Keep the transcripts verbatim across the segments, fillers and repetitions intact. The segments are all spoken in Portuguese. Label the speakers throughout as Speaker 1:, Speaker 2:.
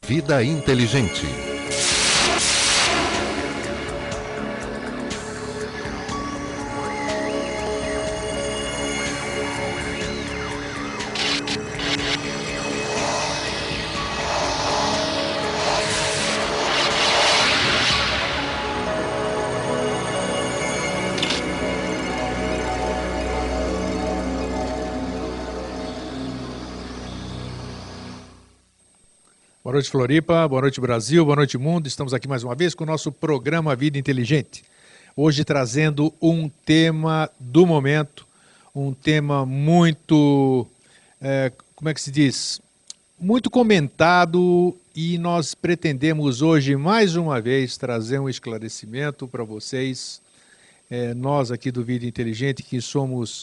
Speaker 1: Vida Inteligente.
Speaker 2: Boa noite, Floripa, boa noite, Brasil, boa noite, mundo. Estamos aqui mais uma vez com o nosso programa Vida Inteligente. Hoje trazendo um tema do momento, um tema muito, é, como é que se diz? Muito comentado, e nós pretendemos hoje, mais uma vez, trazer um esclarecimento para vocês. É, nós aqui do Vida Inteligente, que somos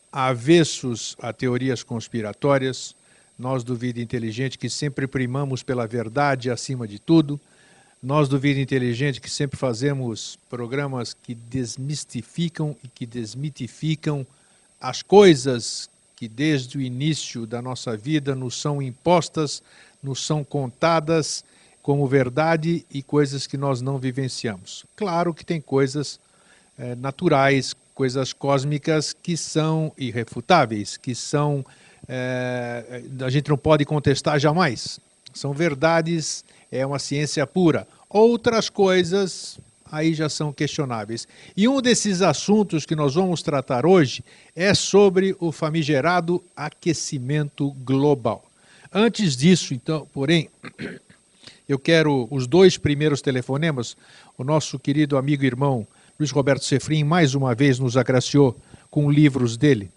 Speaker 2: avessos a teorias conspiratórias, nós do Vida Inteligente que sempre primamos pela verdade acima de tudo, nós do Vida Inteligente que sempre fazemos programas que desmistificam e que desmitificam as coisas que desde o início da nossa vida nos são impostas, nos são contadas como verdade e coisas que nós não vivenciamos. Claro que tem coisas é, naturais, coisas cósmicas que são irrefutáveis, que são... É, a gente não pode contestar jamais. São verdades, é uma ciência pura. Outras coisas aí já são questionáveis. E um desses assuntos que nós vamos tratar hoje é sobre o famigerado aquecimento global. Antes disso, então, porém, eu quero os dois primeiros telefonemas. O nosso querido amigo e irmão Luiz Roberto Sefrim mais uma vez nos agraciou com livros dele.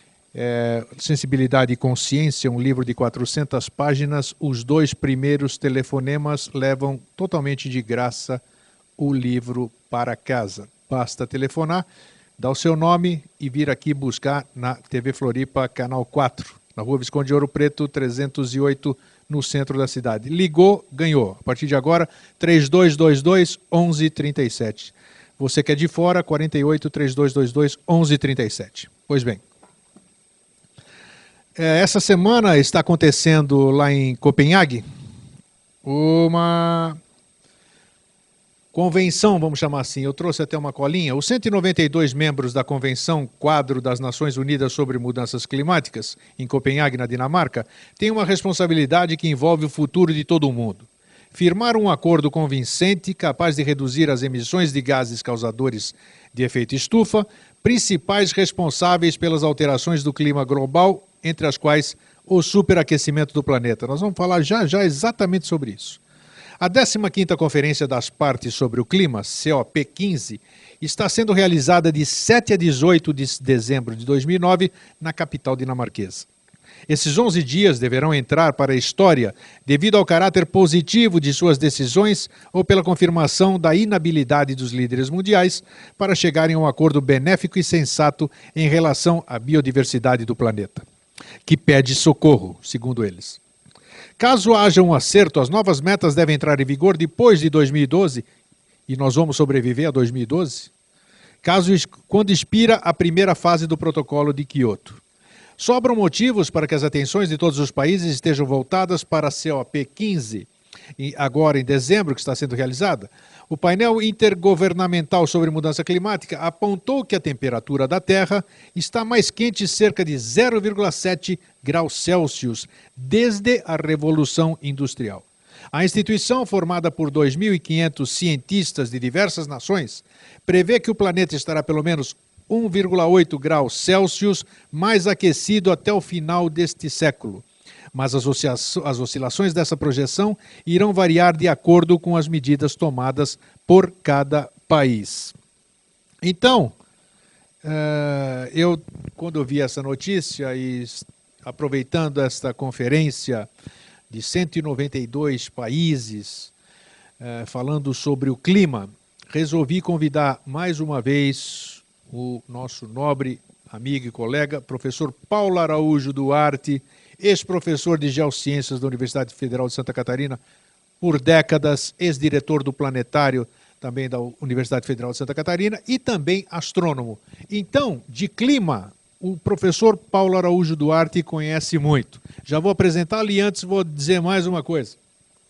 Speaker 2: É, Sensibilidade e Consciência, um livro de quatrocentas páginas. Os dois primeiros telefonemas levam totalmente de graça o livro para casa. Basta telefonar, dar o seu nome e vir aqui buscar na T V Floripa, canal quatro, na Rua Visconde de Ouro Preto, trezentos e oito, no centro da cidade. Ligou, ganhou. A partir de agora, três dois dois dois, onze trinta e sete. Você que é de fora, quarenta e oito, três dois dois dois, onze trinta e sete. Pois bem. Essa semana está acontecendo lá em Copenhague uma convenção, vamos chamar assim. Eu trouxe até uma colinha. Os cento e noventa e dois membros da Convenção Quadro das Nações Unidas sobre Mudanças Climáticas, em Copenhague, na Dinamarca, têm uma responsabilidade que envolve o futuro de todo o mundo. Firmar um acordo convincente capaz de reduzir as emissões de gases causadores de efeito estufa, principais responsáveis pelas alterações do clima global, entre as quais o superaquecimento do planeta. Nós vamos falar já já exatamente sobre isso. A décima quinta Conferência das Partes sobre o Clima, C O P quinze, está sendo realizada de sete a dezoito de dezembro de dois mil e nove na capital dinamarquesa. Esses onze dias deverão entrar para a história devido ao caráter positivo de suas decisões ou pela confirmação da inabilidade dos líderes mundiais para chegarem a um acordo benéfico e sensato em relação à biodiversidade do planeta, que pede socorro, segundo eles. Caso haja um acerto, as novas metas devem entrar em vigor depois de dois mil e doze, e nós vamos sobreviver a dois mil e doze, caso, quando expira a primeira fase do protocolo de Kyoto. Sobram motivos para que as atenções de todos os países estejam voltadas para a C O P quinze, agora em dezembro, que está sendo realizada. O painel intergovernamental sobre mudança climática apontou que a temperatura da Terra está mais quente cerca de zero vírgula sete graus Celsius desde a Revolução Industrial. A instituição, formada por dois mil e quinhentos cientistas de diversas nações, prevê que o planeta estará pelo menos um vírgula oito graus Celsius mais aquecido até o final deste século. Mas as oscilações dessa projeção irão variar de acordo com as medidas tomadas por cada país. Então, uh, eu, quando eu vi essa notícia e aproveitando esta conferência de cento e noventa e dois países uh, falando sobre o clima, resolvi convidar mais uma vez o nosso nobre amigo e colega, professor Paulo Araújo Duarte, ex-professor de Geociências da Universidade Federal de Santa Catarina por décadas, ex-diretor do Planetário também da Universidade Federal de Santa Catarina e também astrônomo. Então, de clima, o professor Paulo Araújo Duarte conhece muito. Já vou apresentá-lo e antes vou dizer mais uma coisa.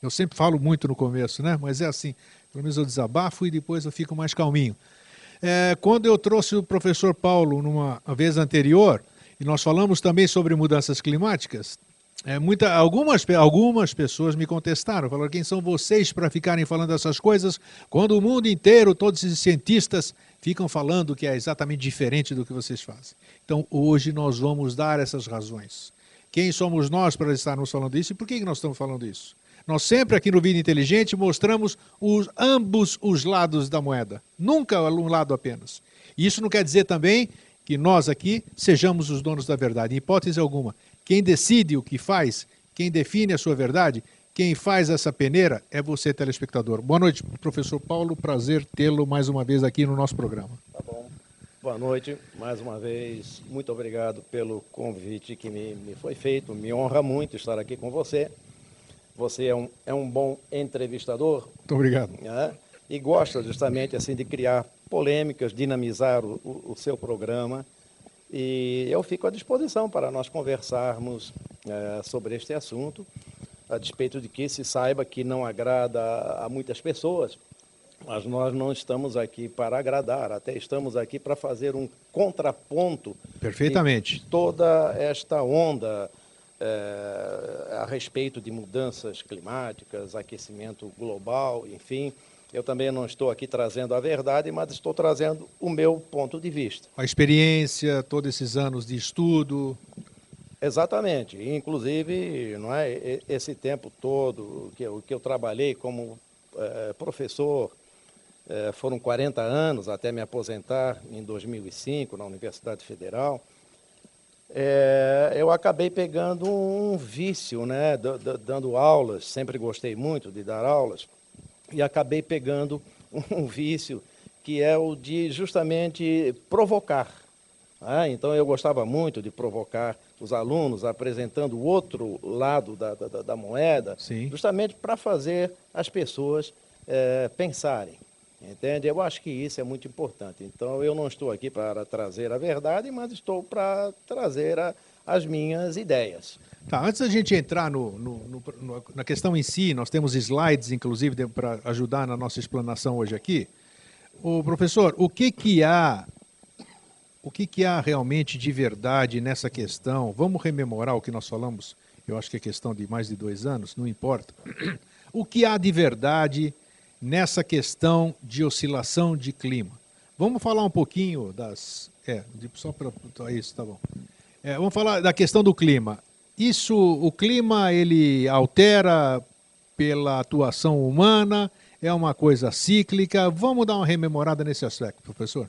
Speaker 2: Eu sempre falo muito no começo, né? Mas é assim, pelo menos eu desabafo e depois eu fico mais calminho. É, quando eu trouxe o professor Paulo numa vez anterior, e nós falamos também sobre mudanças climáticas, é, muita, algumas, algumas pessoas me contestaram, falaram, quem são vocês para ficarem falando essas coisas, quando o mundo inteiro, todos esses cientistas, ficam falando que é exatamente diferente do que vocês fazem. Então, hoje nós vamos dar essas razões. Quem somos nós para estarmos falando isso e por que nós estamos falando isso? Nós sempre aqui no Vida Inteligente mostramos os, ambos os lados da moeda, nunca um lado apenas. E isso não quer dizer também que nós aqui sejamos os donos da verdade, em hipótese alguma. Quem decide o que faz, quem define a sua verdade, quem faz essa peneira é você, telespectador. Boa noite, professor Paulo, prazer tê-lo mais uma vez aqui no nosso programa.
Speaker 1: Tá bom. Boa noite, mais uma vez, muito obrigado pelo convite que me, me foi feito, me honra muito estar aqui com você. Você é um, é um bom entrevistador.
Speaker 2: Muito obrigado.
Speaker 1: Né? E gosta justamente assim de criar polêmicas, dinamizar o, o, o seu programa. E eu fico à disposição para nós conversarmos é, sobre este assunto, a despeito de que se saiba que não agrada a muitas pessoas, mas nós não estamos aqui para agradar, até estamos aqui para fazer um contraponto.
Speaker 2: Perfeitamente.
Speaker 1: De toda esta onda É, a respeito de mudanças climáticas, aquecimento global, enfim. Eu também não estou aqui trazendo a verdade, mas estou trazendo o meu ponto de vista.
Speaker 2: A experiência, todos esses anos de estudo.
Speaker 1: Exatamente. Inclusive, não é, esse tempo todo que eu, que eu trabalhei como é, professor, é, foram quarenta anos até me aposentar em dois mil e cinco na Universidade Federal. É, eu acabei pegando um vício, né, dando aulas, sempre gostei muito de dar aulas, e acabei pegando um vício que é o de justamente provocar. Né? Então eu gostava muito de provocar os alunos, apresentando o outro lado da, da, da moeda,
Speaker 2: Sim.
Speaker 1: Justamente para fazer as pessoas é, pensarem. Entende? Eu acho que isso é muito importante. Então, eu não estou aqui para trazer a verdade, mas estou para trazer a, as minhas ideias.
Speaker 2: Tá, antes da gente entrar no, no, no, na questão em si, nós temos slides, inclusive, para ajudar na nossa explanação hoje aqui. O professor, o que que há, o que que há realmente de verdade nessa questão? Vamos rememorar o que nós falamos, eu acho que é questão de mais de dois anos, não importa. O que há de verdade nessa questão de oscilação de clima? Vamos falar um pouquinho das... É, só para... Isso, tá bom. É, vamos falar da questão do clima. Isso, o clima, ele altera pela atuação humana, é uma coisa cíclica. Vamos dar uma rememorada nesse aspecto, professor?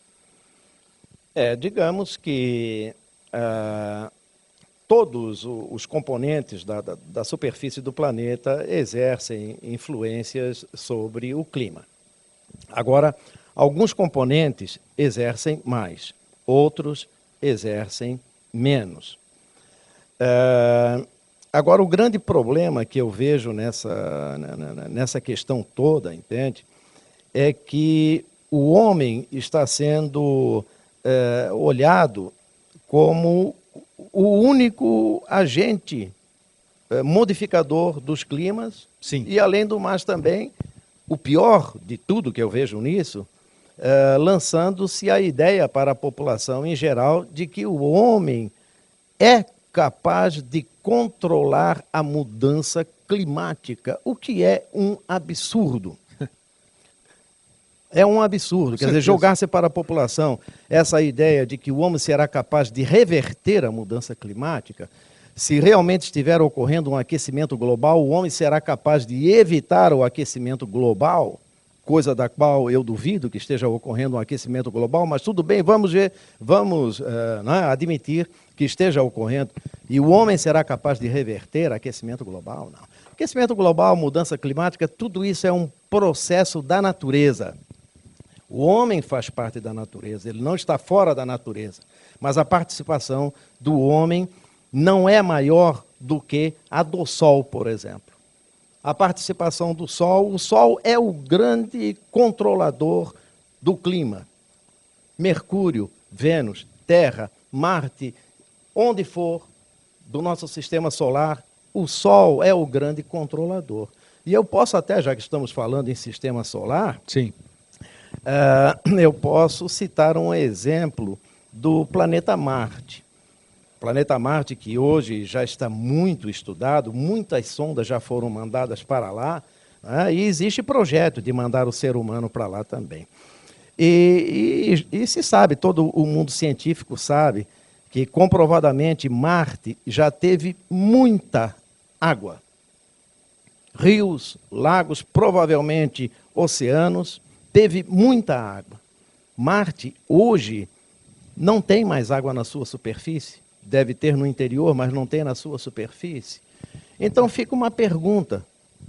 Speaker 1: É, digamos que ah, todos os componentes da, da, da superfície do planeta exercem influências sobre o clima. Agora, alguns componentes exercem mais, outros exercem menos. Uh, agora, o grande problema que eu vejo nessa, nessa questão toda, entende, é que o homem está sendo uh, olhado como o único agente uh, modificador dos climas.
Speaker 2: Sim.
Speaker 1: E, além do mais, também, o pior de tudo que eu vejo nisso, uh, lançando-se a ideia para a população em geral de que o homem é capaz de controlar a mudança climática, o que é um absurdo. É um absurdo, quer dizer, jogar-se para a população essa ideia de que o homem será capaz de reverter a mudança climática. Se realmente estiver ocorrendo um aquecimento global, o homem será capaz de evitar o aquecimento global, coisa da qual eu duvido que esteja ocorrendo um aquecimento global, mas tudo bem, vamos ver, vamos uh, né, admitir que esteja ocorrendo. E o homem será capaz de reverter aquecimento global? Não. Aquecimento global, mudança climática, tudo isso é um processo da natureza. O homem faz parte da natureza, ele não está fora da natureza, mas a participação do homem não é maior do que a do Sol, por exemplo. A participação do Sol, o Sol é o grande controlador do clima. Mercúrio, Vênus, Terra, Marte, onde for do nosso sistema solar, o Sol é o grande controlador. E eu posso até, já que estamos falando em sistema solar,
Speaker 2: Sim.
Speaker 1: uh, eu posso citar um exemplo do planeta Marte. Planeta Marte, que hoje já está muito estudado, muitas sondas já foram mandadas para lá, né, e existe projeto de mandar o ser humano para lá também. E, e, e se sabe, todo o mundo científico sabe, que comprovadamente Marte já teve muita água. Rios, lagos, provavelmente oceanos, teve muita água. Marte, hoje, não tem mais água na sua superfície. Deve ter no interior, mas não tem na sua superfície. Então fica uma pergunta.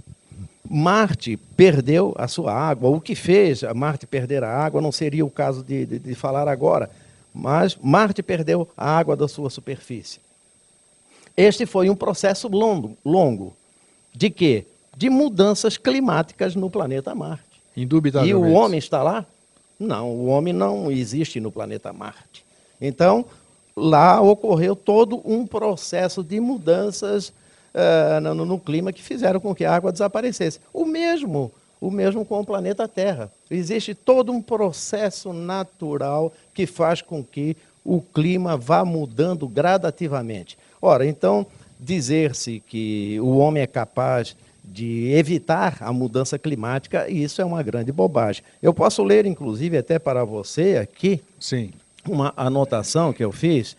Speaker 1: Marte perdeu a sua água. O que fez a Marte perder a água não seria o caso de, de, de falar agora, mas Marte perdeu a água da sua superfície. Este foi um processo longo, longo. De quê? De mudanças climáticas no planeta Marte.
Speaker 2: Indubitavelmente.
Speaker 1: E o homem está lá? Não, o homem não existe no planeta Marte. Então, lá ocorreu todo um processo de mudanças uh, no, no clima que fizeram com que a água desaparecesse. O mesmo, o mesmo com o planeta Terra. Existe todo um processo natural que faz com que o clima vá mudando gradativamente. Ora, então, dizer-se que o homem é capaz de evitar a mudança climática, isso é uma grande bobagem. Eu posso ler, inclusive, até para você aqui,
Speaker 2: Sim.
Speaker 1: uma anotação que eu fiz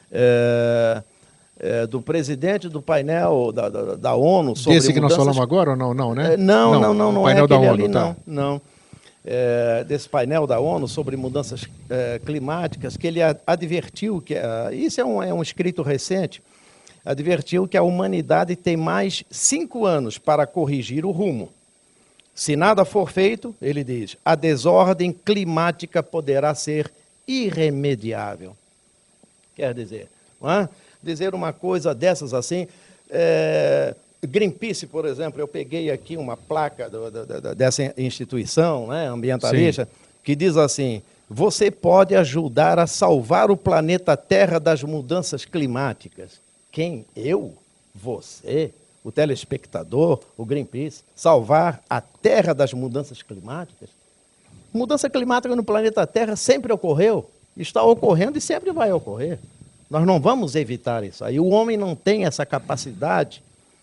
Speaker 1: é, é, do presidente do painel da, da, da ONU sobre
Speaker 2: Desse que
Speaker 1: mudanças...
Speaker 2: nós falamos agora ou não, não, né?
Speaker 1: É, não, não, não, não,
Speaker 2: painel
Speaker 1: é aquele
Speaker 2: da ONU,
Speaker 1: ali,
Speaker 2: tá.
Speaker 1: não, não. É, desse painel da ONU sobre mudanças é, climáticas, que ele advertiu que, é, isso é um, é um escrito recente, advertiu que a humanidade tem mais cinco anos para corrigir o rumo. Se nada for feito, ele diz, a desordem climática poderá ser irremediável. Quer dizer, não é? Dizer uma coisa dessas assim, é, Greenpeace, por exemplo, eu peguei aqui uma placa do, do, do, dessa instituição, né, ambientalista, sim, que diz assim, você pode ajudar a salvar o planeta Terra das mudanças climáticas. Quem? Eu? Você? O telespectador? O Greenpeace? Salvar a Terra das mudanças climáticas? Mudança climática no planeta Terra sempre ocorreu, está ocorrendo e sempre vai ocorrer. Nós não vamos evitar isso aí. O homem não tem essa capacidade,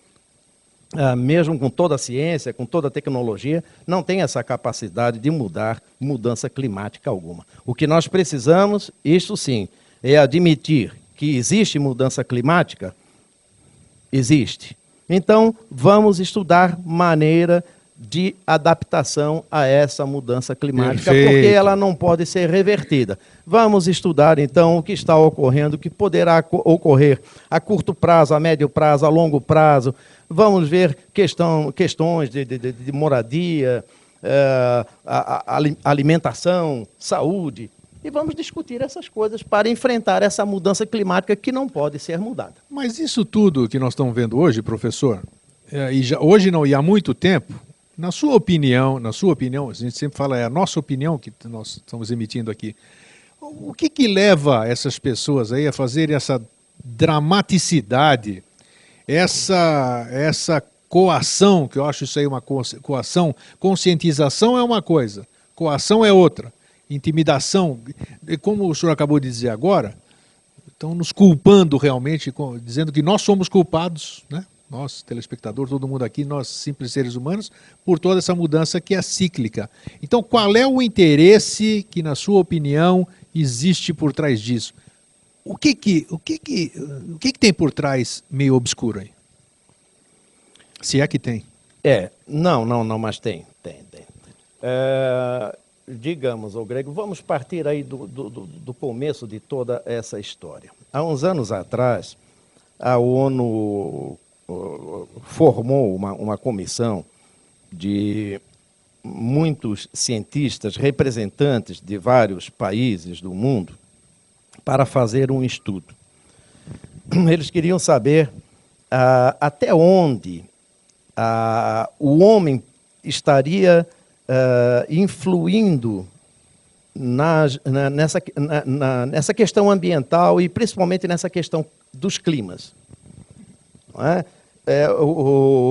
Speaker 1: ah, mesmo com toda a ciência, com toda a tecnologia, não tem essa capacidade de mudar mudança climática alguma. O que nós precisamos, isto sim, é admitir que existe mudança climática? Existe. Então, vamos estudar maneira de adaptação a essa mudança climática, perfeito, porque ela não pode ser revertida. Vamos estudar, então, o que está ocorrendo, o que poderá ocorrer a curto prazo, a médio prazo, a longo prazo. Vamos ver questão, questões de, de, de moradia, uh, a, a alimentação, saúde, e vamos discutir essas coisas para enfrentar essa mudança climática que não pode ser mudada.
Speaker 2: Mas isso tudo que nós estamos vendo hoje, professor, é, e já, hoje não, e há muito tempo, na sua opinião, na sua opinião, a gente sempre fala, é a nossa opinião que nós estamos emitindo aqui, o que que leva essas pessoas aí a fazerem essa dramaticidade, essa, essa coação, que eu acho isso aí uma coação, conscientização é uma coisa, coação é outra, intimidação, como o senhor acabou de dizer agora, estão nos culpando realmente, dizendo que nós somos culpados, né? Nós, telespectador, todo mundo aqui, nós simples seres humanos, por toda essa mudança que é cíclica. Então, qual é o interesse que, na sua opinião, existe por trás disso? O que que, o que que, o que que tem por trás meio obscuro aí? Se é que tem.
Speaker 1: É, não, não, não, mas tem, tem, tem. É, digamos, ô Grego, vamos partir aí do, do, do começo de toda essa história. Há uns anos atrás, a ONU formou uma, uma comissão de muitos cientistas, representantes de vários países do mundo, para fazer um estudo. Eles queriam saber ah, até onde ah, o homem estaria ah, influindo nas, na, nessa, na, na, nessa questão ambiental e principalmente nessa questão dos climas. Não é? É, o,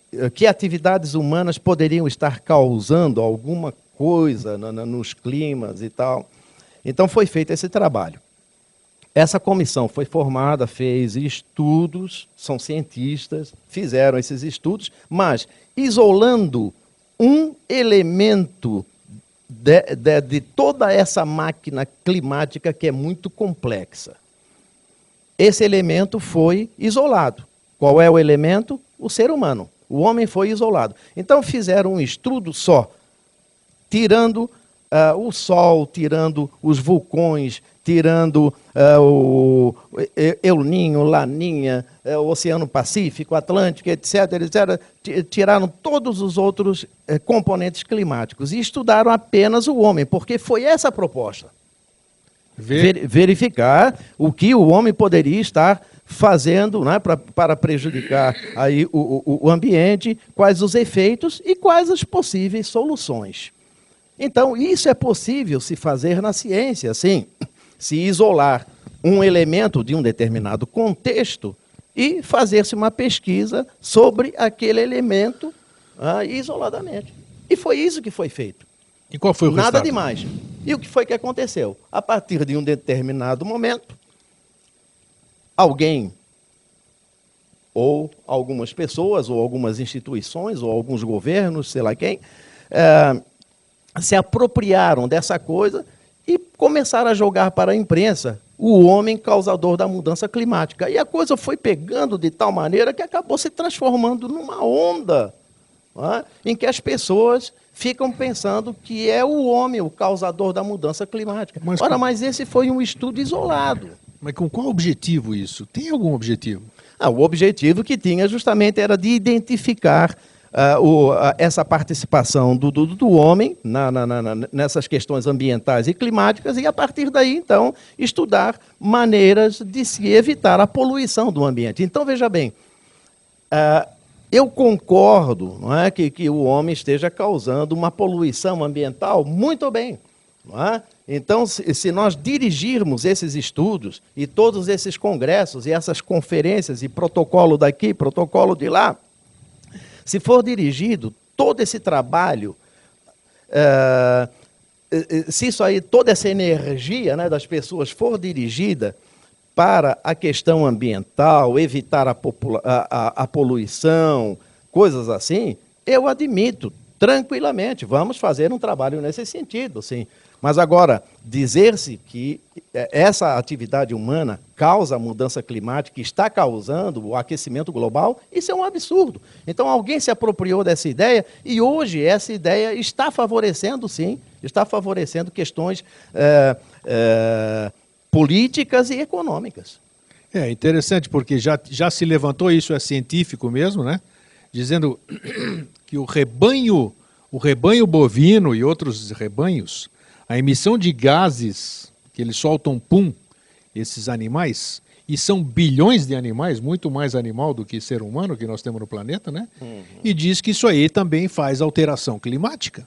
Speaker 1: que atividades humanas poderiam estar causando alguma coisa na, na, nos climas e tal. Então foi feito esse trabalho. Essa comissão foi formada, fez estudos, são cientistas, fizeram esses estudos, mas isolando um elemento de, de, de toda essa máquina climática que é muito complexa. Esse elemento foi isolado. Qual é o elemento? O ser humano. O homem foi isolado. Então fizeram um estudo só, tirando uh, o Sol, tirando os vulcões, tirando uh, o El Ninho, Laninha, uh, o Oceano Pacífico, Atlântico, etc, etcétera. Tiraram todos os outros uh, componentes climáticos e estudaram apenas o homem, porque foi essa a proposta. Ver... Verificar o que o homem poderia estar fazendo, né, pra, para prejudicar aí o, o, o ambiente, quais os efeitos e quais as possíveis soluções. Então, isso é possível se fazer na ciência, sim. Se isolar um elemento de um determinado contexto e fazer-se uma pesquisa sobre aquele elemento ah, isoladamente. E foi isso que foi feito.
Speaker 2: E qual foi o resultado?
Speaker 1: Nada demais. E o que foi que aconteceu? A partir de um determinado momento, alguém, ou algumas pessoas, ou algumas instituições, ou alguns governos, sei lá quem, é, se apropriaram dessa coisa e começaram a jogar para a imprensa o homem causador da mudança climática. E a coisa foi pegando de tal maneira que acabou se transformando numa onda, né, em que as pessoas ficam pensando que é o homem o causador da mudança climática. Mas, Ora, mas esse foi um estudo isolado.
Speaker 2: Mas com qual objetivo isso? Tem algum objetivo?
Speaker 1: Ah, o objetivo que tinha justamente era de identificar uh, o, uh, essa participação do, do, do homem na, na, na, nessas questões ambientais e climáticas e, a partir daí, então, estudar maneiras de se evitar a poluição do ambiente. Então, veja bem, uh, eu concordo, não é, que, que o homem esteja causando uma poluição ambiental, muito bem. Não é? Então, se, se nós dirigirmos esses estudos e todos esses congressos e essas conferências e protocolo daqui, protocolo de lá, se for dirigido todo esse trabalho, uh, se isso aí, toda essa energia, né, das pessoas for dirigida para a questão ambiental, evitar a, popula a, a, a poluição, coisas assim, eu admito, tranquilamente, vamos fazer um trabalho nesse sentido, sim. Mas agora, dizer-se que essa atividade humana causa a mudança climática, está causando o aquecimento global, isso é um absurdo. Então alguém se apropriou dessa ideia e hoje essa ideia está favorecendo, sim, está favorecendo questões é, é, políticas e econômicas.
Speaker 2: É interessante porque já, já se levantou, isso é científico mesmo, né? Dizendo que o rebanho, o rebanho bovino e outros rebanhos, a emissão de gases que eles soltam, pum, esses animais, e são bilhões de animais, muito mais animal do que ser humano que nós temos no planeta, né? Uhum. E diz que isso aí também faz alteração climática.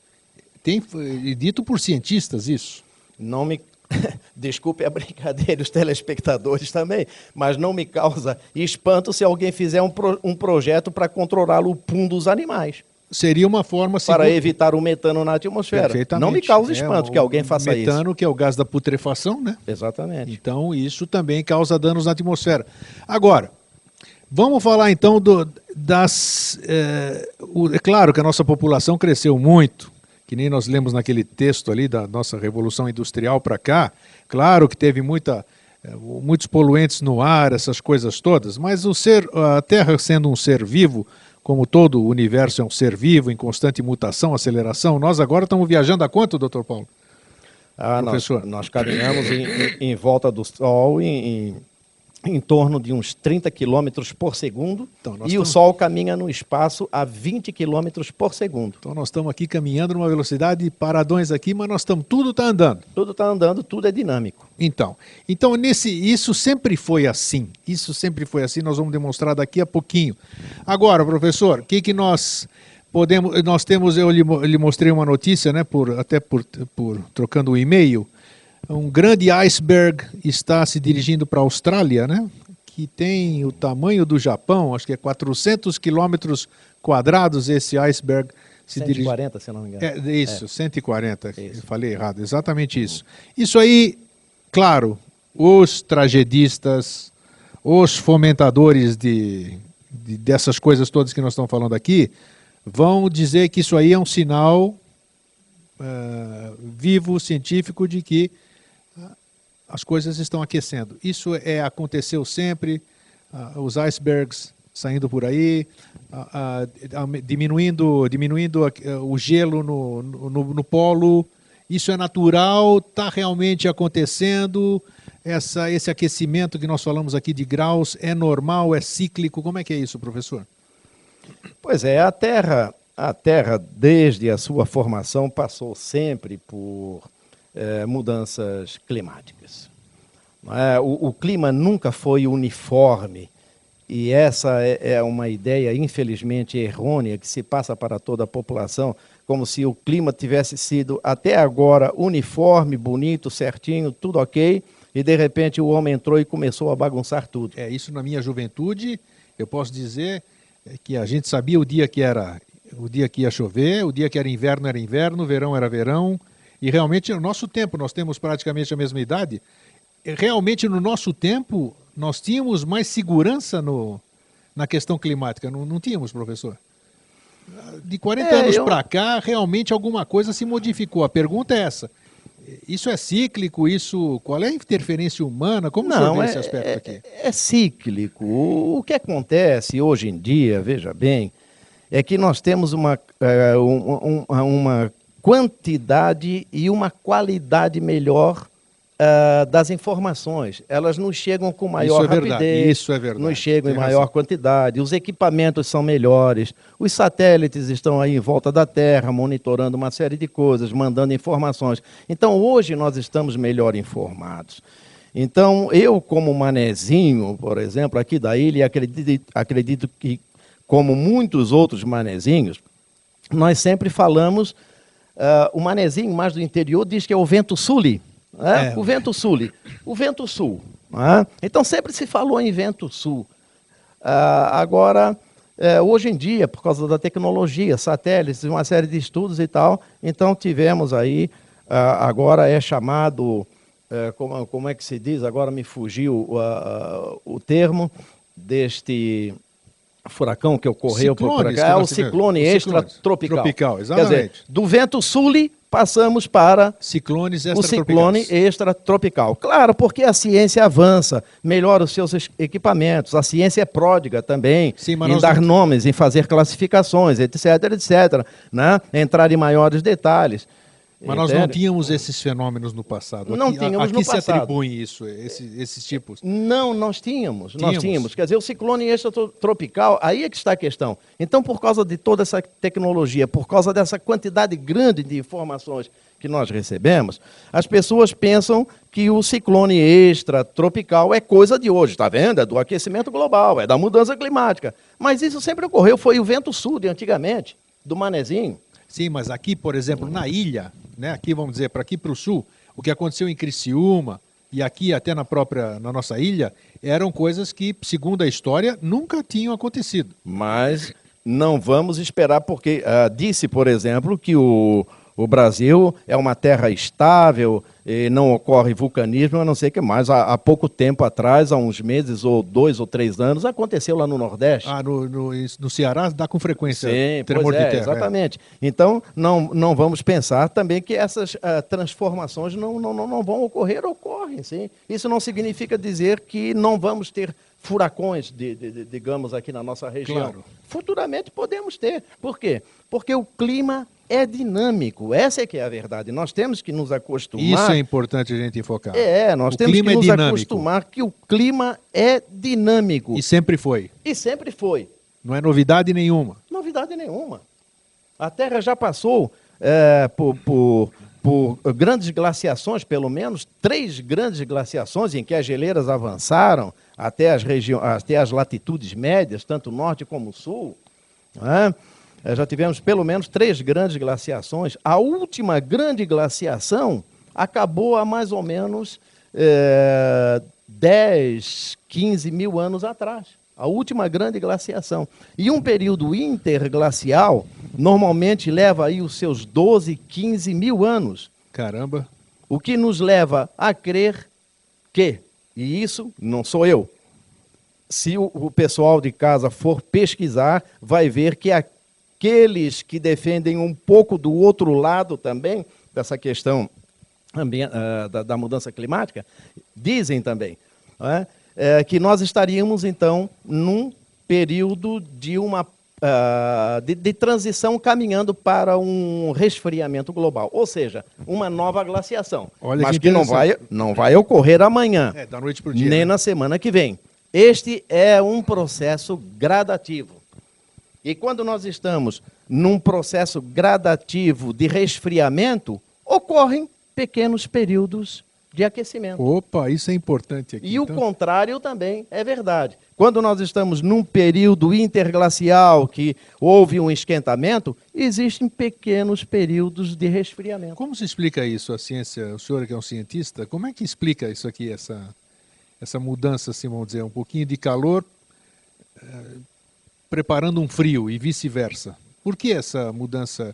Speaker 2: Tem dito por cientistas isso.
Speaker 1: Não me... Desculpe a brincadeira, os telespectadores também, mas não me causa espanto se alguém fizer um, pro... um projeto para controlar o pum dos animais.
Speaker 2: Seria uma forma...
Speaker 1: Para segundo... evitar o metano na atmosfera. Não me causa espanto é, que alguém faça
Speaker 2: metano, isso.
Speaker 1: Metano,
Speaker 2: que é o gás da putrefação, né?
Speaker 1: Exatamente.
Speaker 2: Então, isso também causa danos na atmosfera. Agora, vamos falar então do, das... É, o, é claro que a nossa população cresceu muito, que nem nós lemos naquele texto ali da nossa Revolução Industrial para cá. Claro que teve muita, muitos poluentes no ar, essas coisas todas, mas o ser, a Terra sendo um ser vivo, como todo o universo é um ser vivo, em constante mutação, aceleração, nós agora estamos viajando a quanto, doutor Paulo?
Speaker 1: Ah, Professor? Nós, nós caminhamos em, em, em volta do Sol em, em, em torno de uns trinta quilômetros por segundo, então, e estamos... o Sol caminha no espaço a vinte quilômetros por segundo.
Speaker 2: Então nós estamos aqui caminhando numa velocidade paradões aqui, mas nós estamos, tudo está andando.
Speaker 1: Tudo está andando, tudo é dinâmico.
Speaker 2: Então, então nesse, isso sempre foi assim, isso sempre foi assim, nós vamos demonstrar daqui a pouquinho. Agora, professor, o que, que nós podemos, nós temos, eu lhe, lhe mostrei uma notícia, né, por, até por, por trocando um e-mail, um grande iceberg está se dirigindo para a Austrália, né, que tem o tamanho do Japão, acho que é quatrocentos quilômetros quadrados esse iceberg. Se
Speaker 1: cento e quarenta, dirige... se não me engano.
Speaker 2: É, isso, é. cento e quarenta, isso. Eu falei errado, exatamente isso. Isso aí, claro, os tragedistas, os fomentadores de, de, dessas coisas todas que nós estamos falando aqui, vão dizer que isso aí é um sinal uh, vivo, científico, de que uh, as coisas estão aquecendo. Isso é, aconteceu sempre, uh, os icebergs saindo por aí, uh, uh, diminuindo, diminuindo uh, o gelo no, no, no polo. Isso é natural, está realmente acontecendo. Essa, esse aquecimento que nós falamos aqui de graus é normal, é cíclico? Como é que é isso, professor?
Speaker 1: Pois é, a Terra, a Terra, desde a sua formação, passou sempre por é, mudanças climáticas. É, o, o clima nunca foi uniforme, e essa é, é uma ideia, infelizmente, errônea, que se passa para toda a população, como se o clima tivesse sido, até agora, uniforme, bonito, certinho, tudo ok, e de repente o homem entrou e começou a bagunçar tudo.
Speaker 2: É, isso na minha juventude, eu posso dizer que a gente sabia o dia que era, o dia que ia chover, o dia que era inverno era inverno, verão era verão, e realmente no nosso tempo, nós temos praticamente a mesma idade, realmente no nosso tempo nós tínhamos mais segurança no, na questão climática, não, não tínhamos, professor? De quarenta é, anos eu... para cá, realmente alguma coisa se modificou. A pergunta é essa. Isso é cíclico? Isso, qual é a interferência humana? Como
Speaker 1: não,
Speaker 2: o senhor vê
Speaker 1: é,
Speaker 2: esse aspecto
Speaker 1: é,
Speaker 2: aqui?
Speaker 1: É cíclico. O, o que acontece hoje em dia, veja bem, é que nós temos uma, é, um, uma, uma quantidade e uma qualidade melhor Uh, das informações. Elas nos chegam com maior
Speaker 2: isso é
Speaker 1: rapidez,
Speaker 2: verdade, isso é verdade.
Speaker 1: nos chegam
Speaker 2: Tem
Speaker 1: em maior
Speaker 2: razão.
Speaker 1: quantidade, os equipamentos são melhores, os satélites estão aí em volta da Terra, monitorando uma série de coisas, mandando informações. Então, hoje nós estamos melhor informados. Então, eu como manezinho, por exemplo, aqui da ilha, acredito, acredito que, como muitos outros manezinhos, nós sempre falamos, uh, o manezinho mais do interior diz que é o vento suli. É, é. O vento sul, o vento sul. É? Então sempre se falou em vento sul. Ah, agora, é, hoje em dia, por causa da tecnologia, satélites, uma série de estudos e tal, então tivemos aí, ah, agora é chamado, é, como, como é que se diz, agora me fugiu uh, o termo deste furacão que ocorreu
Speaker 2: Ciclones,
Speaker 1: por aqui, é o ciclone extratropical.
Speaker 2: Tropical, exatamente.
Speaker 1: Quer dizer, do vento sul passamos para
Speaker 2: Ciclones
Speaker 1: o ciclone extratropical. Claro, porque a ciência avança, melhora os seus equipamentos, a ciência é pródiga também, Sim, em dar não... nomes, em fazer classificações, etc, etc, né? Entrar em maiores detalhes.
Speaker 2: Mas nós Entende? não tínhamos esses fenômenos no passado.
Speaker 1: Não
Speaker 2: aqui,
Speaker 1: tínhamos
Speaker 2: aqui
Speaker 1: no
Speaker 2: se
Speaker 1: passado.
Speaker 2: atribuem isso, esses, esses tipos?
Speaker 1: Não, nós tínhamos, tínhamos. Nós tínhamos. Quer dizer, o ciclone extratropical, aí é que está a questão. Então, por causa de toda essa tecnologia, por causa dessa quantidade grande de informações que nós recebemos, as pessoas pensam que o ciclone extratropical é coisa de hoje, está vendo? É do aquecimento global, é da mudança climática. Mas isso sempre ocorreu, foi o vento sul de antigamente, do manezinho.
Speaker 2: Sim, mas aqui, por exemplo, na ilha, né, aqui vamos dizer, para aqui para o sul, o que aconteceu em Criciúma e aqui até na própria, na nossa ilha, eram coisas que, segundo a história, nunca tinham acontecido.
Speaker 1: Mas não vamos esperar, porque uh, disse, por exemplo, que o, o Brasil é uma terra estável, e não ocorre vulcanismo, a não ser que mais. Há, há pouco tempo atrás, há uns meses, ou dois ou três anos, aconteceu lá no Nordeste.
Speaker 2: Ah, no, no, no Ceará dá com frequência
Speaker 1: Sim,
Speaker 2: tremor
Speaker 1: pois é,
Speaker 2: de terra.
Speaker 1: Exatamente. É. Então, não, não vamos pensar também que essas uh, transformações não, não, não vão ocorrer, ocorrem, sim. Isso não significa dizer que não vamos ter furacões, de, de, de, digamos, aqui na nossa região.
Speaker 2: Claro.
Speaker 1: Futuramente podemos ter. Por quê? Porque o clima é dinâmico, essa é que é a verdade. Nós temos que nos acostumar...
Speaker 2: Isso é importante a gente enfocar.
Speaker 1: É, nós
Speaker 2: o
Speaker 1: temos que
Speaker 2: é
Speaker 1: nos
Speaker 2: dinâmico.
Speaker 1: acostumar que o clima é dinâmico.
Speaker 2: E sempre foi.
Speaker 1: E sempre foi.
Speaker 2: Não é novidade nenhuma.
Speaker 1: Novidade nenhuma. A Terra já passou é, por, por, por grandes glaciações, pelo menos três grandes glaciações em que as geleiras avançaram até as, até as latitudes médias, tanto norte como sul, né? Já tivemos pelo menos três grandes glaciações. A última grande glaciação acabou há mais ou menos é, dez, quinze mil anos atrás. A última grande glaciação. E um período interglacial normalmente leva aí os seus doze, quinze mil anos.
Speaker 2: Caramba!
Speaker 1: O que nos leva a crer que, e isso não sou eu, se o, o pessoal de casa for pesquisar, vai ver que aqueles que defendem um pouco do outro lado também, dessa questão ambient, uh, da, da mudança climática, dizem também, não é? É, que nós estaríamos, então, num período de uma uh, de, de transição caminhando para um resfriamento global, ou seja, uma nova glaciação.
Speaker 2: Olha
Speaker 1: mas
Speaker 2: que,
Speaker 1: que não vai, não vai ocorrer amanhã,
Speaker 2: é, da noite pro dia,
Speaker 1: nem
Speaker 2: né?
Speaker 1: na semana que vem. Este é um processo gradativo. E quando nós estamos num processo gradativo de resfriamento, ocorrem pequenos períodos de aquecimento.
Speaker 2: Opa, isso é importante aqui.
Speaker 1: E
Speaker 2: então...
Speaker 1: o contrário também é verdade. Quando nós estamos num período interglacial que houve um esquentamento, existem pequenos períodos de resfriamento.
Speaker 2: Como se explica isso, a ciência? O senhor que é um cientista, como é que explica isso aqui, essa, essa mudança, assim, vamos dizer, um pouquinho de calor eh, preparando um frio e vice-versa? Por que essa mudança?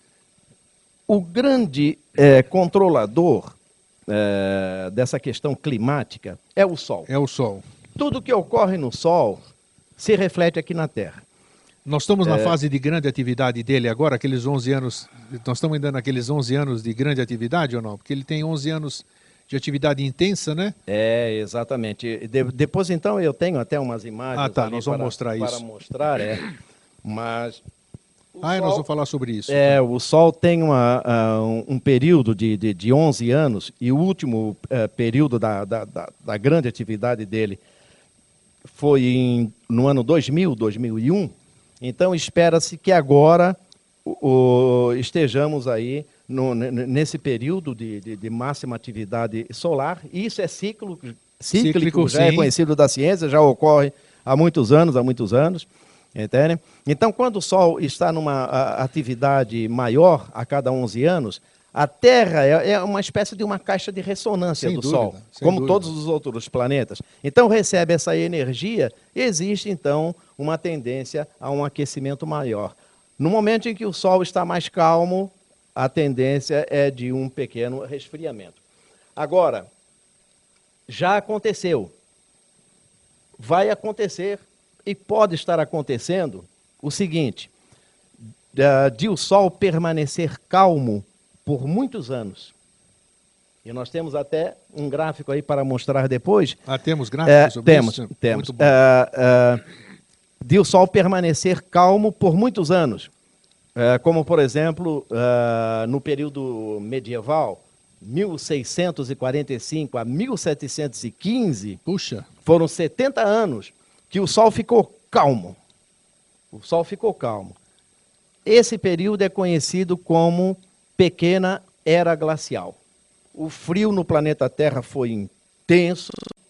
Speaker 1: O grande eh, controlador É, dessa questão climática é o Sol.
Speaker 2: É o Sol.
Speaker 1: Tudo que ocorre no Sol se reflete aqui na Terra.
Speaker 2: Nós estamos na
Speaker 1: é...
Speaker 2: fase de grande atividade dele agora, aqueles onze anos, nós estamos ainda naqueles onze anos de grande atividade ou não? Porque ele tem onze anos de atividade intensa, né?
Speaker 1: É, exatamente. De, depois, então, eu tenho até umas imagens
Speaker 2: ah, tá, nós vamos
Speaker 1: para,
Speaker 2: mostrar
Speaker 1: para
Speaker 2: isso.
Speaker 1: mostrar, é. Mas...
Speaker 2: Ah, Sol, nós vamos falar sobre isso.
Speaker 1: É, então. O Sol tem uma, uh, um, um período de, de, de onze anos, e o último uh, período da, da, da, da grande atividade dele foi em, no ano dois mil, dois mil e um. Então, espera-se que agora o, o, estejamos aí no, nesse período de, de, de máxima atividade solar. Isso é ciclo, cíclico, cíclico já sim. É conhecido da ciência, já ocorre há muitos anos, há muitos anos. Entende? Então, quando o Sol está numa atividade maior a cada onze anos, a Terra é, é uma espécie de uma caixa de ressonância
Speaker 2: sem
Speaker 1: do
Speaker 2: dúvida,
Speaker 1: Sol, como dúvida. Todos os outros planetas. Então, recebe essa energia e existe, então, uma tendência a um aquecimento maior. No momento em que o Sol está mais calmo, a tendência é de um pequeno resfriamento. Agora, já aconteceu, vai acontecer, e pode estar acontecendo o seguinte, de o Sol permanecer calmo por muitos anos. E nós temos até um gráfico aí para mostrar depois.
Speaker 2: Ah, temos gráficos sobre
Speaker 1: temos,
Speaker 2: isso?
Speaker 1: Temos, temos. Uh, uh, de o Sol permanecer calmo por muitos anos. Uh, como, por exemplo, uh, no período medieval, mil seiscentos e quarenta e cinco a mil setecentos e quinze,
Speaker 2: Puxa.
Speaker 1: Foram setenta anos que o Sol ficou calmo. O Sol ficou calmo. Esse período é conhecido como Pequena Era Glacial. O frio no planeta Terra foi intenso,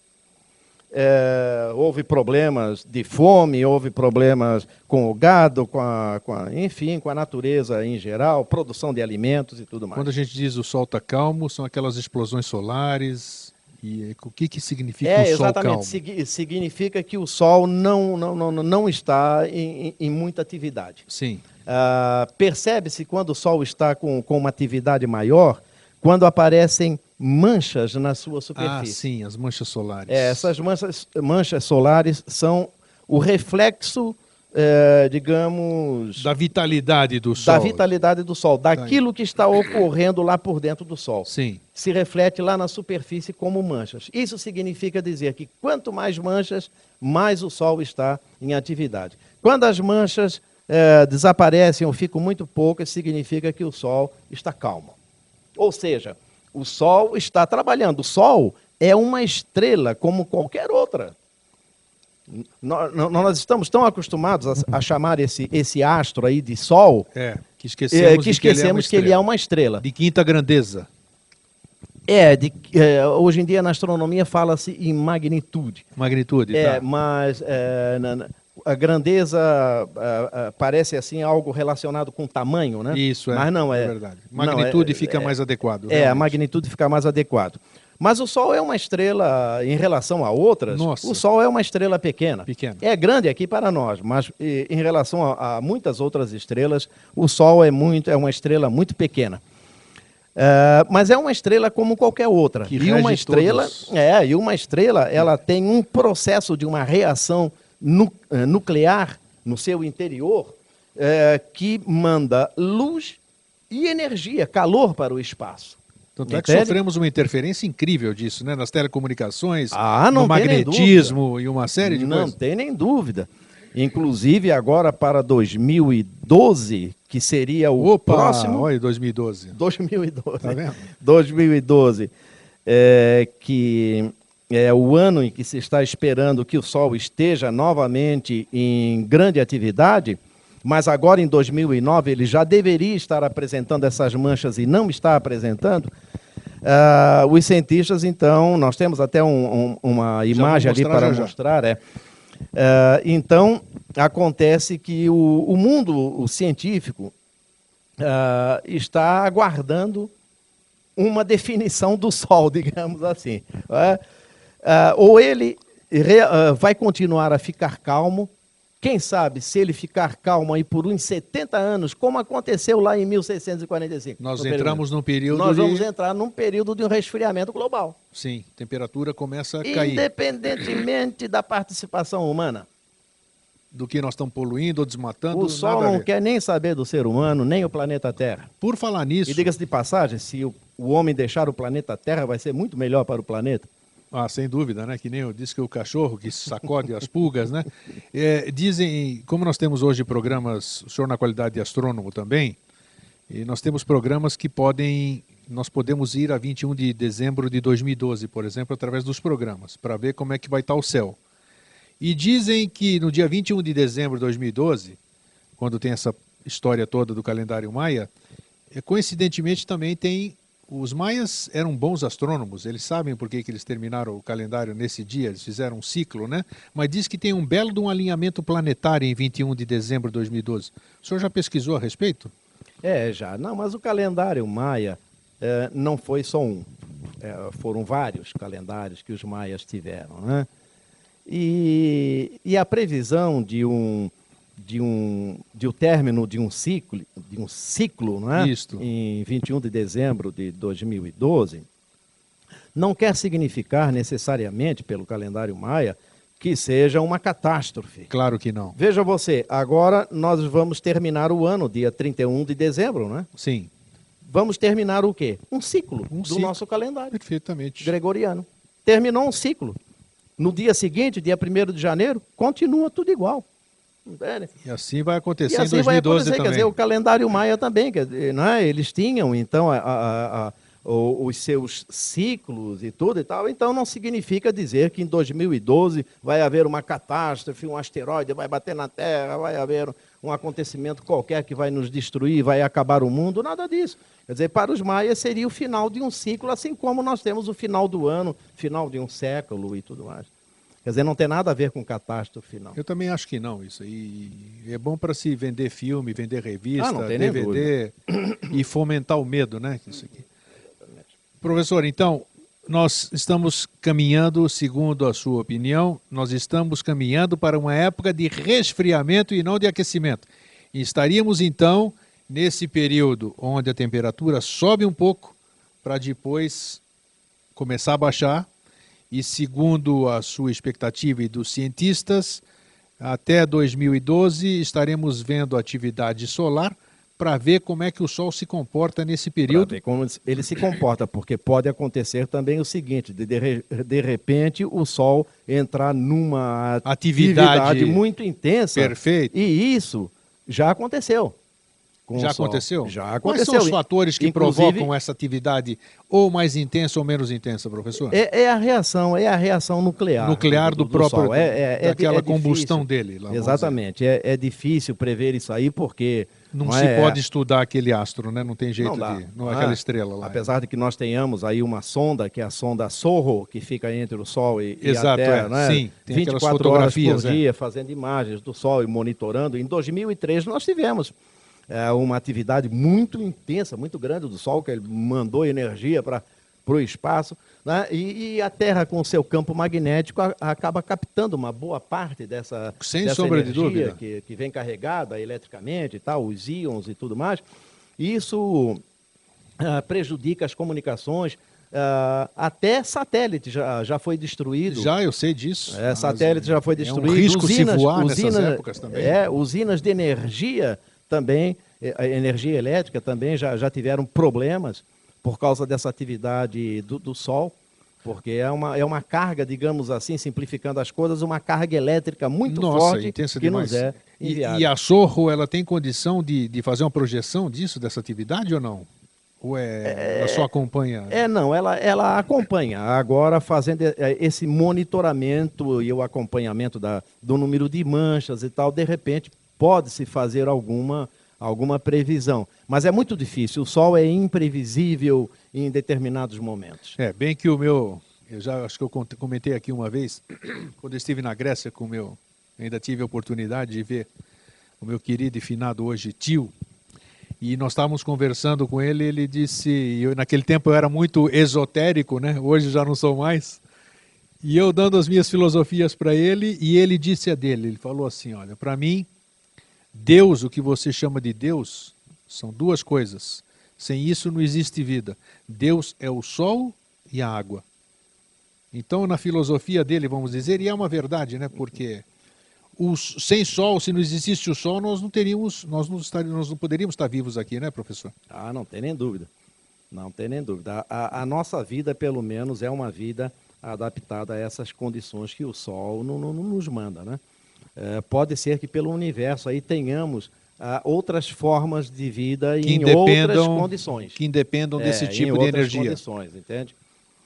Speaker 1: é, houve problemas de fome, houve problemas com o gado, com a, com a, enfim, com a natureza em geral, produção de alimentos e tudo mais.
Speaker 2: Quando a gente diz o Sol está calmo, são aquelas explosões solares... E o que, que significa
Speaker 1: é,
Speaker 2: o Sol
Speaker 1: exatamente,
Speaker 2: calmo?
Speaker 1: Sig significa que o Sol não, não, não, não está em, em muita atividade.
Speaker 2: Sim.
Speaker 1: Uh, percebe-se quando o Sol está com, com uma atividade maior, quando aparecem manchas na sua superfície.
Speaker 2: Ah, sim, as manchas solares.
Speaker 1: É, essas manchas, manchas solares são o reflexo, é, digamos...
Speaker 2: Da vitalidade do Sol.
Speaker 1: Da vitalidade do Sol, daquilo que está ocorrendo lá por dentro do Sol.
Speaker 2: Sim.
Speaker 1: Se reflete lá na superfície como manchas. Isso significa dizer que quanto mais manchas, mais o Sol está em atividade. Quando as manchas é, desaparecem ou ficam muito poucas, significa que o Sol está calmo. Ou seja, o Sol está trabalhando. O Sol é uma estrela como qualquer outra. Nós, nós estamos tão acostumados a, a chamar esse, esse astro aí de Sol,
Speaker 2: é, que esquecemos,
Speaker 1: é, que, esquecemos que, ele é que ele é uma estrela.
Speaker 2: De quinta grandeza.
Speaker 1: É, de, é hoje em dia na astronomia fala-se em magnitude.
Speaker 2: Magnitude,
Speaker 1: é,
Speaker 2: tá.
Speaker 1: Mas é, na, a grandeza a, a, parece assim algo relacionado com tamanho, né?
Speaker 2: Isso, é,
Speaker 1: mas não, é,
Speaker 2: é verdade. Magnitude não, é, fica
Speaker 1: é,
Speaker 2: mais adequado.
Speaker 1: É, realmente. A magnitude fica mais adequado. Mas o Sol é uma estrela, em relação a outras,
Speaker 2: Nossa.
Speaker 1: o Sol é uma estrela pequena.
Speaker 2: Pequena.
Speaker 1: É grande aqui para nós, mas e, em relação a, a muitas outras estrelas, o Sol é, muito, é uma estrela muito pequena. Uh, mas é uma estrela como qualquer outra.
Speaker 2: Que
Speaker 1: e uma estrela,
Speaker 2: todos.
Speaker 1: é, e uma estrela, ela tem um processo de uma reação nu, uh, nuclear no seu interior uh, que manda luz e energia, calor para o espaço.
Speaker 2: Tanto é que sofremos uma interferência incrível disso, né? Nas telecomunicações,
Speaker 1: ah, não
Speaker 2: no magnetismo e uma série de
Speaker 1: não
Speaker 2: coisas.
Speaker 1: Não tem nem dúvida. Inclusive, agora para dois mil e doze, que seria o
Speaker 2: Opa,
Speaker 1: próximo...
Speaker 2: olha, dois mil e doze.
Speaker 1: dois mil e doze.
Speaker 2: Tá vendo?
Speaker 1: dois mil e doze, é, que é o ano em que se está esperando que o Sol esteja novamente em grande atividade, mas agora em dois mil e nove ele já deveria estar apresentando essas manchas e não está apresentando. Uh, os cientistas, então, nós temos até um, um, uma imagem ali para já, mostrar. Já. É. Uh, então, acontece que o, o mundo o científico uh, está aguardando uma definição do Sol, digamos assim. Uh, uh, ou ele re, uh, vai continuar a ficar calmo. Quem sabe, se ele ficar calmo aí por uns setenta anos, como aconteceu lá em mil seiscentos e quarenta e cinco.
Speaker 2: Nós entramos num período
Speaker 1: Nós vamos
Speaker 2: de...
Speaker 1: entrar num período de um resfriamento global.
Speaker 2: Sim, a temperatura começa a cair.
Speaker 1: Independentemente da participação humana.
Speaker 2: Do que nós estamos poluindo ou desmatando.
Speaker 1: O Sol não quer nem saber do ser humano, nem o planeta Terra.
Speaker 2: Por falar nisso...
Speaker 1: E diga-se de passagem, se o, o homem deixar o planeta Terra, vai ser muito melhor para o planeta.
Speaker 2: Ah, sem dúvida, né? Que nem eu disse que o cachorro que sacode as pulgas, né? É, dizem, como nós temos hoje programas, o senhor na qualidade de astrônomo também, e nós temos programas que podem, nós podemos ir a vinte e um de dezembro de dois mil e doze, por exemplo, através dos programas, para ver como é que vai estar o céu. E dizem que no dia vinte e um de dezembro de dois mil e doze, quando tem essa história toda do calendário maia, coincidentemente também tem... Os maias eram bons astrônomos, eles sabem por que, que eles terminaram o calendário nesse dia, eles fizeram um ciclo, né? Mas diz que tem um belo de um alinhamento planetário em vinte e um de dezembro de dois mil e doze. O senhor já pesquisou a respeito?
Speaker 1: É, já. Não, mas o calendário maia é, não foi só um. É, foram vários calendários que os maias tiveram, né? E, e a previsão de um... de um de o término de um ciclo de um ciclo, não é?
Speaker 2: Isto.
Speaker 1: Em vinte e um de dezembro de dois mil e doze, não quer significar necessariamente pelo calendário maia que seja uma catástrofe.
Speaker 2: Claro que não.
Speaker 1: Veja você, agora nós vamos terminar o ano dia trinta e um de dezembro, não é?
Speaker 2: Sim.
Speaker 1: Vamos terminar o quê? Um ciclo
Speaker 2: um
Speaker 1: do
Speaker 2: ciclo.
Speaker 1: nosso calendário.
Speaker 2: Perfeitamente.
Speaker 1: Gregoriano. Terminou um ciclo. No dia seguinte, dia primeiro de janeiro, continua tudo igual.
Speaker 2: E assim vai acontecer
Speaker 1: e assim
Speaker 2: em dois mil e doze
Speaker 1: vai acontecer,
Speaker 2: também.
Speaker 1: Quer dizer, o calendário maia também, quer dizer, não é? Eles tinham, então, a, a, a, os seus ciclos e tudo e tal, então não significa dizer que em dois mil e doze vai haver uma catástrofe, um asteroide vai bater na Terra, vai haver um acontecimento qualquer que vai nos destruir, vai acabar o mundo, nada disso. Quer dizer, para os maias seria o final de um ciclo, assim como nós temos o final do ano, final de um século e tudo mais. Quer dizer, não tem nada a ver com catástrofe, não.
Speaker 2: Eu também acho que não, isso aí. É bom para se vender filme, vender revista,
Speaker 1: ah, não tem
Speaker 2: D V D e fomentar o medo, né? Isso aqui. Professor, então, nós estamos caminhando, segundo a sua opinião, nós estamos caminhando para uma época de resfriamento e não de aquecimento. E estaríamos, então, nesse período onde a temperatura sobe um pouco para depois começar a baixar. E segundo a sua expectativa e dos cientistas, até dois mil e doze estaremos vendo atividade solar para ver como é que o Sol se comporta nesse período.
Speaker 1: Para ver como ele se comporta, porque pode acontecer também o seguinte, de, de, de repente o Sol entrar numa atividade, atividade muito intensa.
Speaker 2: Perfeito.
Speaker 1: E isso já aconteceu.
Speaker 2: Já aconteceu?
Speaker 1: Já aconteceu.
Speaker 2: Quais são os fatores que
Speaker 1: Inclusive,
Speaker 2: provocam essa atividade ou mais intensa ou menos intensa, professor?
Speaker 1: É, é a reação, é a reação nuclear.
Speaker 2: Nuclear do, do, do próprio,
Speaker 1: Sol. É, é,
Speaker 2: daquela
Speaker 1: é
Speaker 2: combustão dele. Lá,
Speaker 1: exatamente. É, é difícil prever isso aí porque...
Speaker 2: Não,
Speaker 1: não
Speaker 2: se
Speaker 1: é,
Speaker 2: pode estudar aquele astro, né? Não tem jeito
Speaker 1: não dá,
Speaker 2: de... Não
Speaker 1: não
Speaker 2: é aquela
Speaker 1: é,
Speaker 2: estrela lá.
Speaker 1: Apesar de que nós tenhamos aí uma sonda, que é a sonda Sorro, que fica entre o Sol e,
Speaker 2: Exato,
Speaker 1: e a Terra,
Speaker 2: é.
Speaker 1: né?
Speaker 2: Sim, tem
Speaker 1: vinte e quatro horas por
Speaker 2: é.
Speaker 1: dia, fazendo imagens do Sol e monitorando. Em dois mil e três nós tivemos é, uma atividade muito intensa, muito grande do Sol, que ele mandou energia para o espaço, né? e, e a Terra, com o seu campo magnético, a, acaba captando uma boa parte dessa,
Speaker 2: Sem
Speaker 1: dessa
Speaker 2: sombra de
Speaker 1: energia
Speaker 2: dúvida.
Speaker 1: que, que vem carregada eletricamente e tal, os íons e tudo mais. E isso uh, prejudica as comunicações. Uh, até satélite já, já foi destruído.
Speaker 2: Já, eu sei disso.
Speaker 1: É, satélite já foi destruído.
Speaker 2: É um risco
Speaker 1: usinas,
Speaker 2: se voar
Speaker 1: usinas,
Speaker 2: nessas épocas também.
Speaker 1: É, usinas de energia também, a energia elétrica também já, já tiveram problemas por causa dessa atividade do, do Sol, porque é uma, é uma carga, digamos assim, simplificando as coisas, uma carga elétrica muito
Speaker 2: Nossa,
Speaker 1: forte
Speaker 2: intensa
Speaker 1: que
Speaker 2: demais.
Speaker 1: nos é enviada.
Speaker 2: E, e a Sorro, ela tem condição de, de fazer uma projeção disso, dessa atividade ou não? Ou é, ela só acompanha?
Speaker 1: É, não, ela, ela acompanha. Agora, fazendo esse monitoramento e o acompanhamento da, do número de manchas e tal, de repente, pode-se fazer alguma, alguma previsão. Mas é muito difícil. O Sol é imprevisível em determinados momentos.
Speaker 2: É, bem que o meu... Eu já acho que eu comentei aqui uma vez, quando eu estive na Grécia com o meu... Ainda tive a oportunidade de ver o meu querido e finado hoje tio. E nós estávamos conversando com ele, ele disse, eu, naquele tempo eu era muito esotérico, né? Hoje já não sou mais. E eu dando as minhas filosofias para ele, e ele disse a dele, ele falou assim, olha, para mim, Deus, o que você chama de Deus, são duas coisas. Sem isso não existe vida. Deus é o sol e a água. Então, na filosofia dele, vamos dizer, e é uma verdade, né? Porque... Os, sem sol, se não existisse o sol, nós não teríamos, nós não, estaríamos, nós não poderíamos estar vivos aqui, né, professor?
Speaker 1: Ah, não tem nem dúvida. Não tem nem dúvida. A, a, a nossa vida, pelo menos, é uma vida adaptada a essas condições que o sol não, não, não nos manda, né? É, pode ser que pelo universo aí tenhamos ah, outras formas de vida
Speaker 2: que
Speaker 1: em outras condições.
Speaker 2: Que independam desse
Speaker 1: é,
Speaker 2: tipo
Speaker 1: em
Speaker 2: de
Speaker 1: outras
Speaker 2: energia.
Speaker 1: Condições, entende?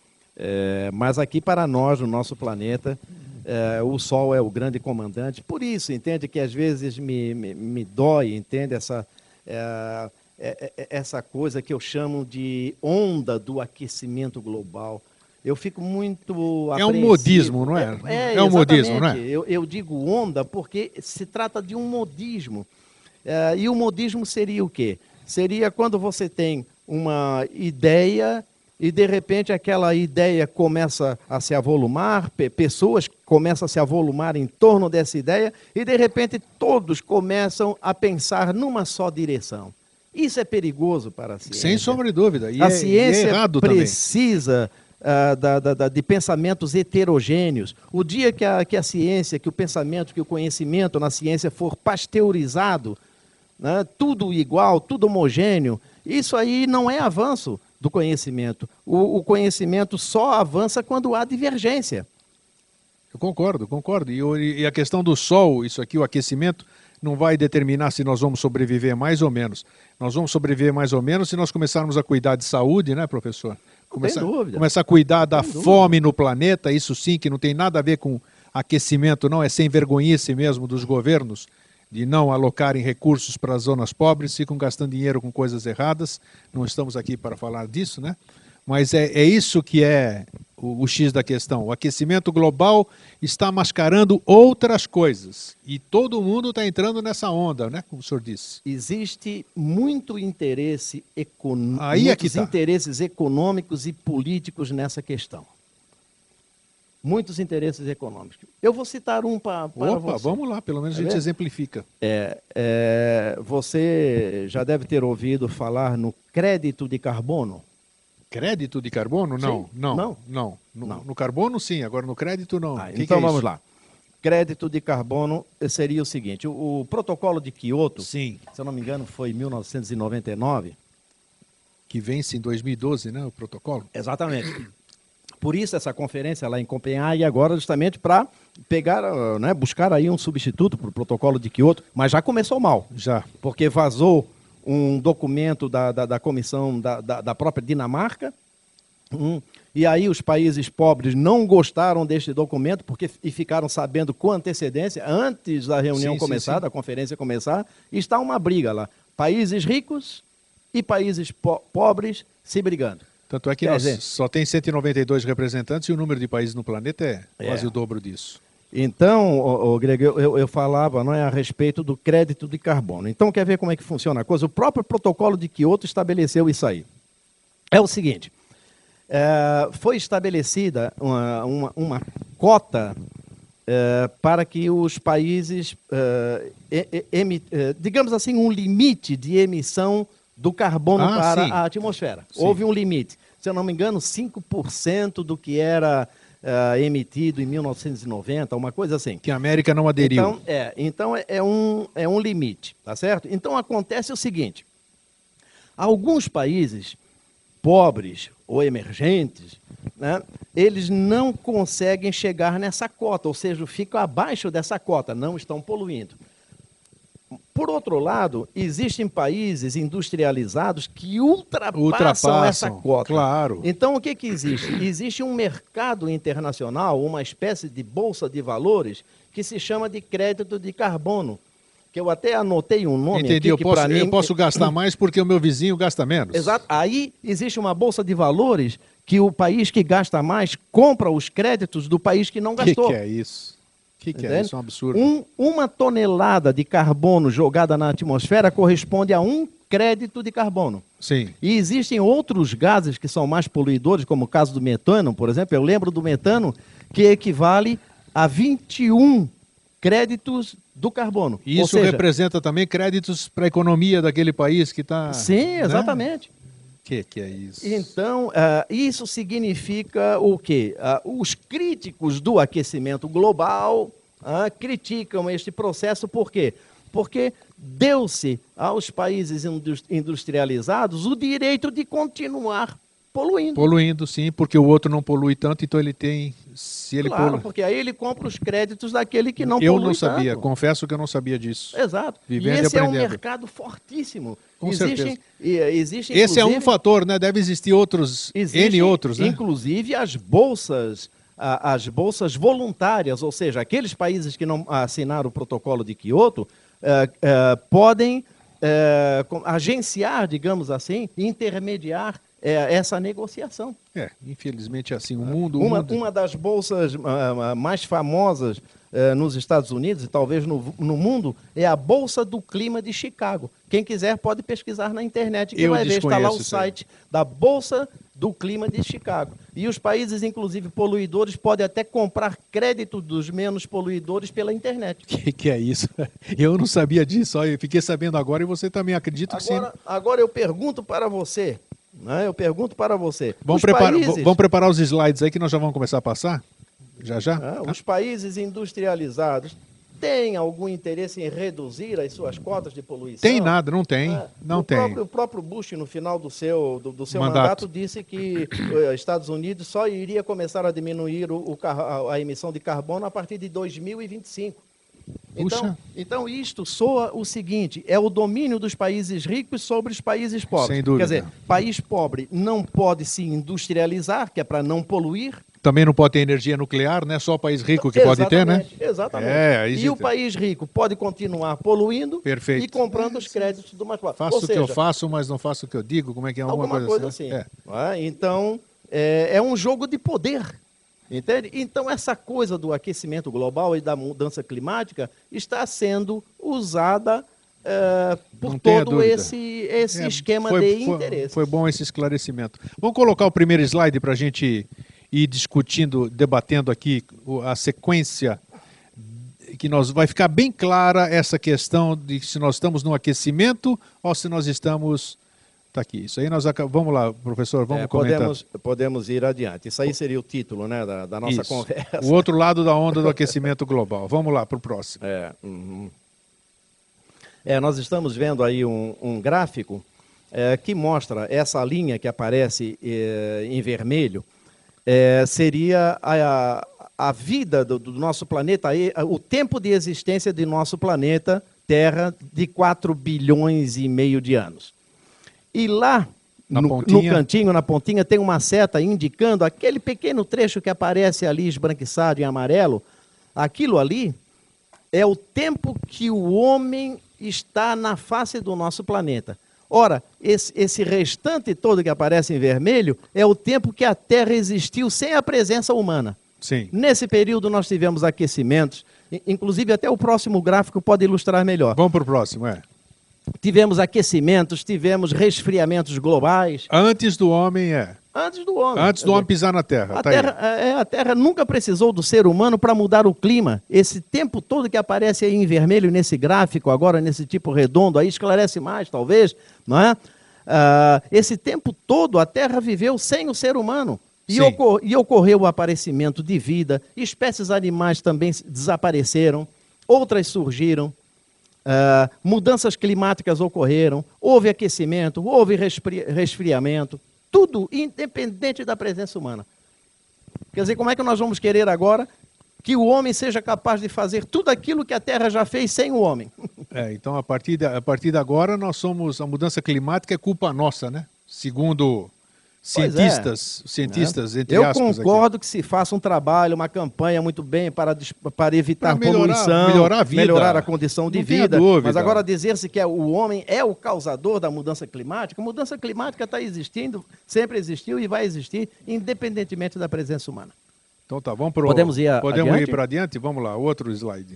Speaker 1: É, mas aqui para nós, no nosso planeta, é, o Sol é o grande comandante. Por isso, entende, que às vezes me, me, me dói, entende, essa, é, é, é, essa coisa que eu chamo de onda do aquecimento global. Eu fico muito
Speaker 2: É um modismo, não é?
Speaker 1: É, é,
Speaker 2: é um modismo, não é?
Speaker 1: Eu, eu digo onda porque se trata de um modismo. É, e o modismo seria o quê? Seria quando você tem uma ideia e, de repente, aquela ideia começa a se avolumar, pessoas começam a se avolumar em torno dessa ideia e, de repente, todos começam a pensar numa só direção. Isso é perigoso para a ciência.
Speaker 2: Sem sombra de dúvida. E
Speaker 1: a
Speaker 2: é,
Speaker 1: ciência
Speaker 2: e é errado
Speaker 1: precisa uh, da, da, da, de pensamentos heterogêneos. O dia que a, que a ciência, que o pensamento, que o conhecimento na ciência for pasteurizado, né, tudo igual, tudo homogêneo, isso aí não é avanço do conhecimento. O, o conhecimento só avança quando há divergência.
Speaker 2: Eu concordo, concordo. E, e a questão do sol, isso aqui, o aquecimento, não vai determinar se nós vamos sobreviver mais ou menos. Nós vamos sobreviver mais ou menos se nós começarmos a cuidar de saúde, né, professor? Começar,
Speaker 1: Sem dúvida.
Speaker 2: Começar a cuidar da
Speaker 1: Sem
Speaker 2: fome
Speaker 1: dúvida.
Speaker 2: no planeta, isso sim, que não tem nada a ver com aquecimento, não, é sem vergonhice mesmo dos governos, de não alocarem recursos para as zonas pobres, ficam gastando dinheiro com coisas erradas. Não estamos aqui para falar disso, né? Mas é, é isso que é o, o X da questão. O aquecimento global está mascarando outras coisas. E todo mundo está entrando nessa onda, né? Como o senhor disse.
Speaker 1: Existe muito interesse econômico,
Speaker 2: Aí é que
Speaker 1: muitos
Speaker 2: tá.
Speaker 1: interesses econômicos e políticos nessa questão. Muitos interesses econômicos. Eu vou citar um pra, para
Speaker 2: Opa,
Speaker 1: você.
Speaker 2: vamos lá, pelo menos a gente exemplifica.
Speaker 1: É, é, você já deve ter ouvido falar no crédito de carbono.
Speaker 2: Crédito de carbono? Não,
Speaker 1: Sim.
Speaker 2: não,
Speaker 1: Não?
Speaker 2: não. No,
Speaker 1: Não.
Speaker 2: no carbono, sim. Agora no crédito, não.
Speaker 1: Ah,
Speaker 2: Que
Speaker 1: então
Speaker 2: que é
Speaker 1: vamos
Speaker 2: isso?
Speaker 1: lá. Crédito de carbono seria o seguinte, o, o protocolo de Quioto,
Speaker 2: Sim.
Speaker 1: se eu não me engano, foi em mil novecentos e noventa e nove.
Speaker 2: Que vence em dois mil e doze, né, o protocolo?
Speaker 1: Exatamente. Por isso essa conferência lá em Copenhague agora justamente para pegar, né, buscar aí um substituto para o protocolo de Quioto, mas já começou mal.
Speaker 2: Já.
Speaker 1: Porque vazou um documento da, da, da comissão da, da, da própria Dinamarca, hum, e aí os países pobres não gostaram deste documento porque, e ficaram sabendo com antecedência, antes da reunião
Speaker 2: Sim,
Speaker 1: começar,
Speaker 2: sim, sim.
Speaker 1: da conferência começar, e está uma briga lá. Países ricos e países po pobres se brigando.
Speaker 2: Tanto é que
Speaker 1: Quer
Speaker 2: nós
Speaker 1: dizer,
Speaker 2: só tem cento e noventa e dois representantes e o número de países no planeta é,
Speaker 1: É.
Speaker 2: quase o dobro disso.
Speaker 1: Então, o, o Greg, eu, eu, eu falava, não é, a respeito do crédito de carbono. Então, quer ver como é que funciona a coisa? O próprio protocolo de Quioto estabeleceu isso aí. É o seguinte, é, foi estabelecida uma, uma, uma cota é, para que os países, é, emi, é, digamos assim, um limite de emissão do carbono
Speaker 2: ah,
Speaker 1: para
Speaker 2: sim.
Speaker 1: a atmosfera.
Speaker 2: Sim.
Speaker 1: Houve um limite. Se eu não me engano, cinco por cento do que era uh, emitido em mil novecentos e noventa, uma coisa assim.
Speaker 2: Que a América não aderiu.
Speaker 1: Então, é, então é, é, um, é um limite, tá certo? Então acontece o seguinte, alguns países pobres ou emergentes, né, eles não conseguem chegar nessa cota, ou seja, ficam abaixo dessa cota, não estão poluindo. Por outro lado, existem países industrializados que ultrapassam, ultrapassam essa cota.
Speaker 2: Claro.
Speaker 1: Então, o que, que existe? Existe um mercado internacional, uma espécie de bolsa de valores, que se chama de crédito de carbono, que eu até anotei um nome
Speaker 2: Entendi,
Speaker 1: aqui.
Speaker 2: eu
Speaker 1: que
Speaker 2: posso,
Speaker 1: mim...
Speaker 2: eu posso gastar mais porque o meu vizinho gasta menos.
Speaker 1: Exato. Aí existe uma bolsa de valores que o país que gasta mais compra os créditos do país que não gastou.
Speaker 2: O que, que é isso? O que, que é isso? É um absurdo.
Speaker 1: Um, uma tonelada de carbono jogada na atmosfera corresponde a um crédito de carbono.
Speaker 2: Sim.
Speaker 1: E existem outros gases que são mais poluidores, como o caso do metano, por exemplo. Eu lembro do metano, que equivale a vinte e um créditos do carbono.
Speaker 2: E isso seja, representa também créditos para a economia daquele país que está...
Speaker 1: Sim, exatamente.
Speaker 2: Né? Que que é isso?
Speaker 1: Então, uh, isso significa o quê? Uh, os críticos do aquecimento global uh, criticam este processo, por quê? Porque deu-se aos países industrializados o direito de continuar poluindo.
Speaker 2: Poluindo, sim, porque o outro não polui tanto, então ele tem... Se ele
Speaker 1: claro,
Speaker 2: polui...
Speaker 1: porque aí ele compra os créditos daquele que não
Speaker 2: eu
Speaker 1: polui
Speaker 2: não sabia,
Speaker 1: tanto.
Speaker 2: Confesso que eu não sabia disso.
Speaker 1: Exato.
Speaker 2: Vivendo
Speaker 1: e esse
Speaker 2: e
Speaker 1: é um
Speaker 2: aprendendo.
Speaker 1: mercado fortíssimo.
Speaker 2: Com
Speaker 1: existem,
Speaker 2: certeza.
Speaker 1: E, existem,
Speaker 2: esse é um fator, né? Deve existir outros,
Speaker 1: existem,
Speaker 2: N outros, né?
Speaker 1: Inclusive as bolsas, as bolsas voluntárias, ou seja, aqueles países que não assinaram o protocolo de Kyoto, uh, uh, podem uh, agenciar, digamos assim, intermediar É, essa negociação.
Speaker 2: É, infelizmente é assim. O mundo, o
Speaker 1: uma,
Speaker 2: mundo...
Speaker 1: uma das bolsas uh, mais famosas uh, nos Estados Unidos e talvez no, no mundo é a Bolsa do Clima de Chicago. Quem quiser pode pesquisar na internet, que
Speaker 2: Eu
Speaker 1: vai ver, está lá o
Speaker 2: isso
Speaker 1: site aí. da Bolsa do Clima de Chicago. E os países, inclusive poluidores, podem até comprar crédito dos menos poluidores pela internet.
Speaker 2: Que que é isso? Eu não sabia disso, eu fiquei sabendo agora e você também acredita que
Speaker 1: agora,
Speaker 2: sim.
Speaker 1: Agora eu pergunto para você, né? Eu pergunto para você.
Speaker 2: Vamos,
Speaker 1: os
Speaker 2: prepara,
Speaker 1: países...
Speaker 2: vamos preparar os slides aí que nós já vamos começar a passar? Já, já?
Speaker 1: Ah, os países industrializados têm algum interesse em reduzir as suas cotas de poluição?
Speaker 2: Tem nada, não tem. Ah, não
Speaker 1: o
Speaker 2: tem.
Speaker 1: Próprio, o próprio Bush, no final do seu, do, do seu
Speaker 2: mandato.
Speaker 1: mandato, disse que os Estados Unidos só iria começar a diminuir o, o, a, a emissão de carbono a partir de dois mil e vinte e cinco. Então, então, isto soa o seguinte, é o domínio dos países ricos sobre os países pobres.
Speaker 2: Sem dúvida.
Speaker 1: Quer dizer, país pobre não pode se industrializar, que é para não poluir.
Speaker 2: Também não pode ter energia nuclear, né? Só o país rico que
Speaker 1: exatamente,
Speaker 2: pode ter, né?
Speaker 1: Exatamente.
Speaker 2: É,
Speaker 1: e o país rico pode continuar poluindo
Speaker 2: Perfeito.
Speaker 1: e comprando os créditos do mais pobre.
Speaker 2: Faço
Speaker 1: Ou
Speaker 2: o
Speaker 1: seja,
Speaker 2: que eu faço, mas não faço o que eu digo. Como é que é alguma,
Speaker 1: alguma coisa, coisa
Speaker 2: assim?
Speaker 1: assim.
Speaker 2: É.
Speaker 1: É, então, é, é um jogo de poder. Entende? Então, essa coisa do aquecimento global e da mudança climática está sendo usada é, por todo esse, esse é, esquema
Speaker 2: foi,
Speaker 1: de
Speaker 2: foi,
Speaker 1: interesse.
Speaker 2: Foi bom esse esclarecimento. Vamos colocar o primeiro slide para a gente ir discutindo, debatendo aqui a sequência, que nós, vai ficar bem clara essa questão de se nós estamos no aquecimento ou se nós estamos... Está aqui. Isso aí nós vamos lá, professor, vamos é, comentar.
Speaker 1: Podemos, podemos ir adiante. Isso aí seria o título, né, da, da nossa
Speaker 2: Isso.
Speaker 1: conversa.
Speaker 2: O outro lado da onda do aquecimento global. Vamos lá para o próximo.
Speaker 1: É, uhum. é, nós estamos vendo aí um, um gráfico é, que mostra essa linha que aparece é, em vermelho, é, seria a, a vida do, do nosso planeta, o tempo de existência de nosso planeta Terra de quatro bilhões e meio de anos. E lá, no, no cantinho, na pontinha, tem uma seta indicando aquele pequeno trecho que aparece ali esbranquiçado em amarelo. Aquilo ali é o tempo que o homem está na face do nosso planeta. Ora, esse, esse restante todo que aparece em vermelho é o tempo que a Terra existiu sem a presença humana.
Speaker 2: Sim.
Speaker 1: Nesse período nós tivemos aquecimentos, inclusive até o próximo gráfico pode ilustrar melhor.
Speaker 2: Vamos para o próximo, é.
Speaker 1: Tivemos aquecimentos, tivemos resfriamentos globais.
Speaker 2: Antes do homem, é.
Speaker 1: Antes do homem.
Speaker 2: Antes do homem pisar na Terra.
Speaker 1: A,
Speaker 2: tá
Speaker 1: terra é, a Terra nunca precisou do ser humano para mudar o clima. Esse tempo todo que aparece aí em vermelho nesse gráfico, agora nesse tipo redondo, aí esclarece mais, talvez, não é? Uh, esse tempo todo a Terra viveu sem o ser humano. E, ocor e ocorreu o aparecimento de vida, espécies animais também desapareceram, outras surgiram, uh, mudanças climáticas ocorreram, houve aquecimento, houve resfri resfriamento, tudo independente da presença humana. Quer dizer, como é que nós vamos querer agora que o homem seja capaz de fazer tudo aquilo que a Terra já fez sem o homem?
Speaker 2: É, então, a partir, de, a partir de agora, nós somos, a mudança climática é culpa nossa, né? Segundo cientistas, é. cientistas é. entre
Speaker 1: Eu
Speaker 2: aspas. Eu
Speaker 1: concordo
Speaker 2: aqui.
Speaker 1: que se faça um trabalho, uma campanha muito bem para, para evitar
Speaker 2: para melhorar,
Speaker 1: poluição,
Speaker 2: melhorar a, vida.
Speaker 1: melhorar a condição de
Speaker 2: Não
Speaker 1: vida.
Speaker 2: Dúvida.
Speaker 1: Mas agora dizer-se que é, o homem é o causador da mudança climática, a mudança climática está existindo, sempre existiu e vai existir, independentemente da presença humana.
Speaker 2: Então tá, vamos pro,
Speaker 1: podemos ir a,
Speaker 2: podemos
Speaker 1: adiante?
Speaker 2: ir para adiante? Vamos lá, outro slide.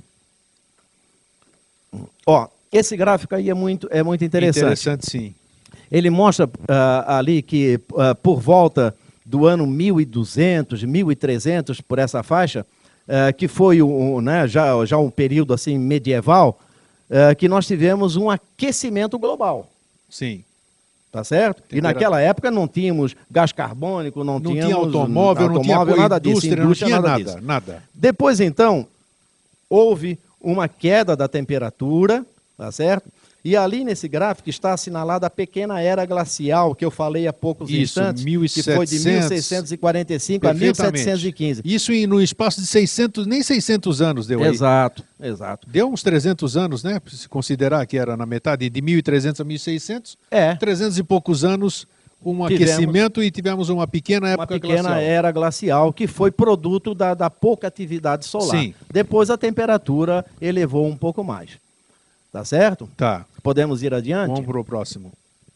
Speaker 1: Ó, esse gráfico aí é muito, é muito interessante.
Speaker 2: Interessante, sim.
Speaker 1: Ele mostra uh, ali que uh, por volta do ano mil e duzentos, mil e trezentos, por essa faixa, uh, que foi um, né, já, já um período assim medieval, uh, que nós tivemos um aquecimento global.
Speaker 2: Sim.
Speaker 1: Tá certo? E naquela época não tínhamos gás carbônico, não,
Speaker 2: não
Speaker 1: tínhamos
Speaker 2: tinha automóvel, não tinha
Speaker 1: nada disso,
Speaker 2: indústria,
Speaker 1: indústria,
Speaker 2: não tinha
Speaker 1: nada,
Speaker 2: nada,
Speaker 1: disso.
Speaker 2: nada.
Speaker 1: Depois, então, houve uma queda da temperatura, tá certo? E ali nesse gráfico está assinalada a pequena era glacial, que eu falei há poucos
Speaker 2: Isso,
Speaker 1: instantes,
Speaker 2: mil e
Speaker 1: que foi de mil seiscentos e quarenta e cinco a mil setecentos e quinze.
Speaker 2: Isso no espaço de seiscentos, nem seiscentos anos deu aí.
Speaker 1: Exato, exato.
Speaker 2: Deu uns trezentos anos, né? Se considerar que era na metade, de mil e trezentos a mil e seiscentos,
Speaker 1: é.
Speaker 2: trezentos e poucos anos, um tivemos, aquecimento e tivemos uma pequena época glacial.
Speaker 1: Uma pequena glacial. era glacial, que foi produto da, da pouca atividade solar.
Speaker 2: Sim.
Speaker 1: Depois a temperatura elevou um pouco mais. Tá certo?
Speaker 2: Tá.
Speaker 1: Podemos ir adiante?
Speaker 2: Vamos para o próximo.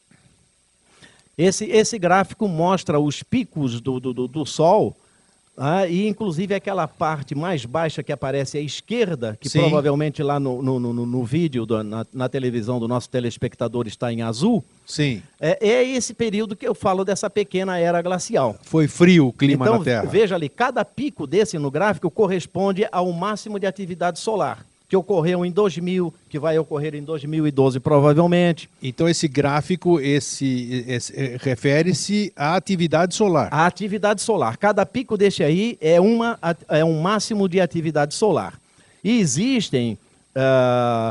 Speaker 1: Esse, esse gráfico mostra os picos do, do, do, do Sol, ah, e inclusive aquela parte mais baixa que aparece à esquerda, que Sim. provavelmente lá no, no, no, no vídeo, do, na, na televisão do nosso telespectador está em azul.
Speaker 2: Sim.
Speaker 1: É, é esse período que eu falo dessa pequena era glacial.
Speaker 2: Foi frio o clima
Speaker 1: então,
Speaker 2: na Terra.
Speaker 1: Veja ali, cada pico desse no gráfico corresponde ao máximo de atividade solar, que ocorreu em dois mil, que vai ocorrer em dois mil e doze provavelmente.
Speaker 2: Então esse gráfico esse, esse, refere-se à atividade solar.
Speaker 1: A atividade solar. Cada pico desse aí é, uma, é um máximo de atividade solar. E existem uh,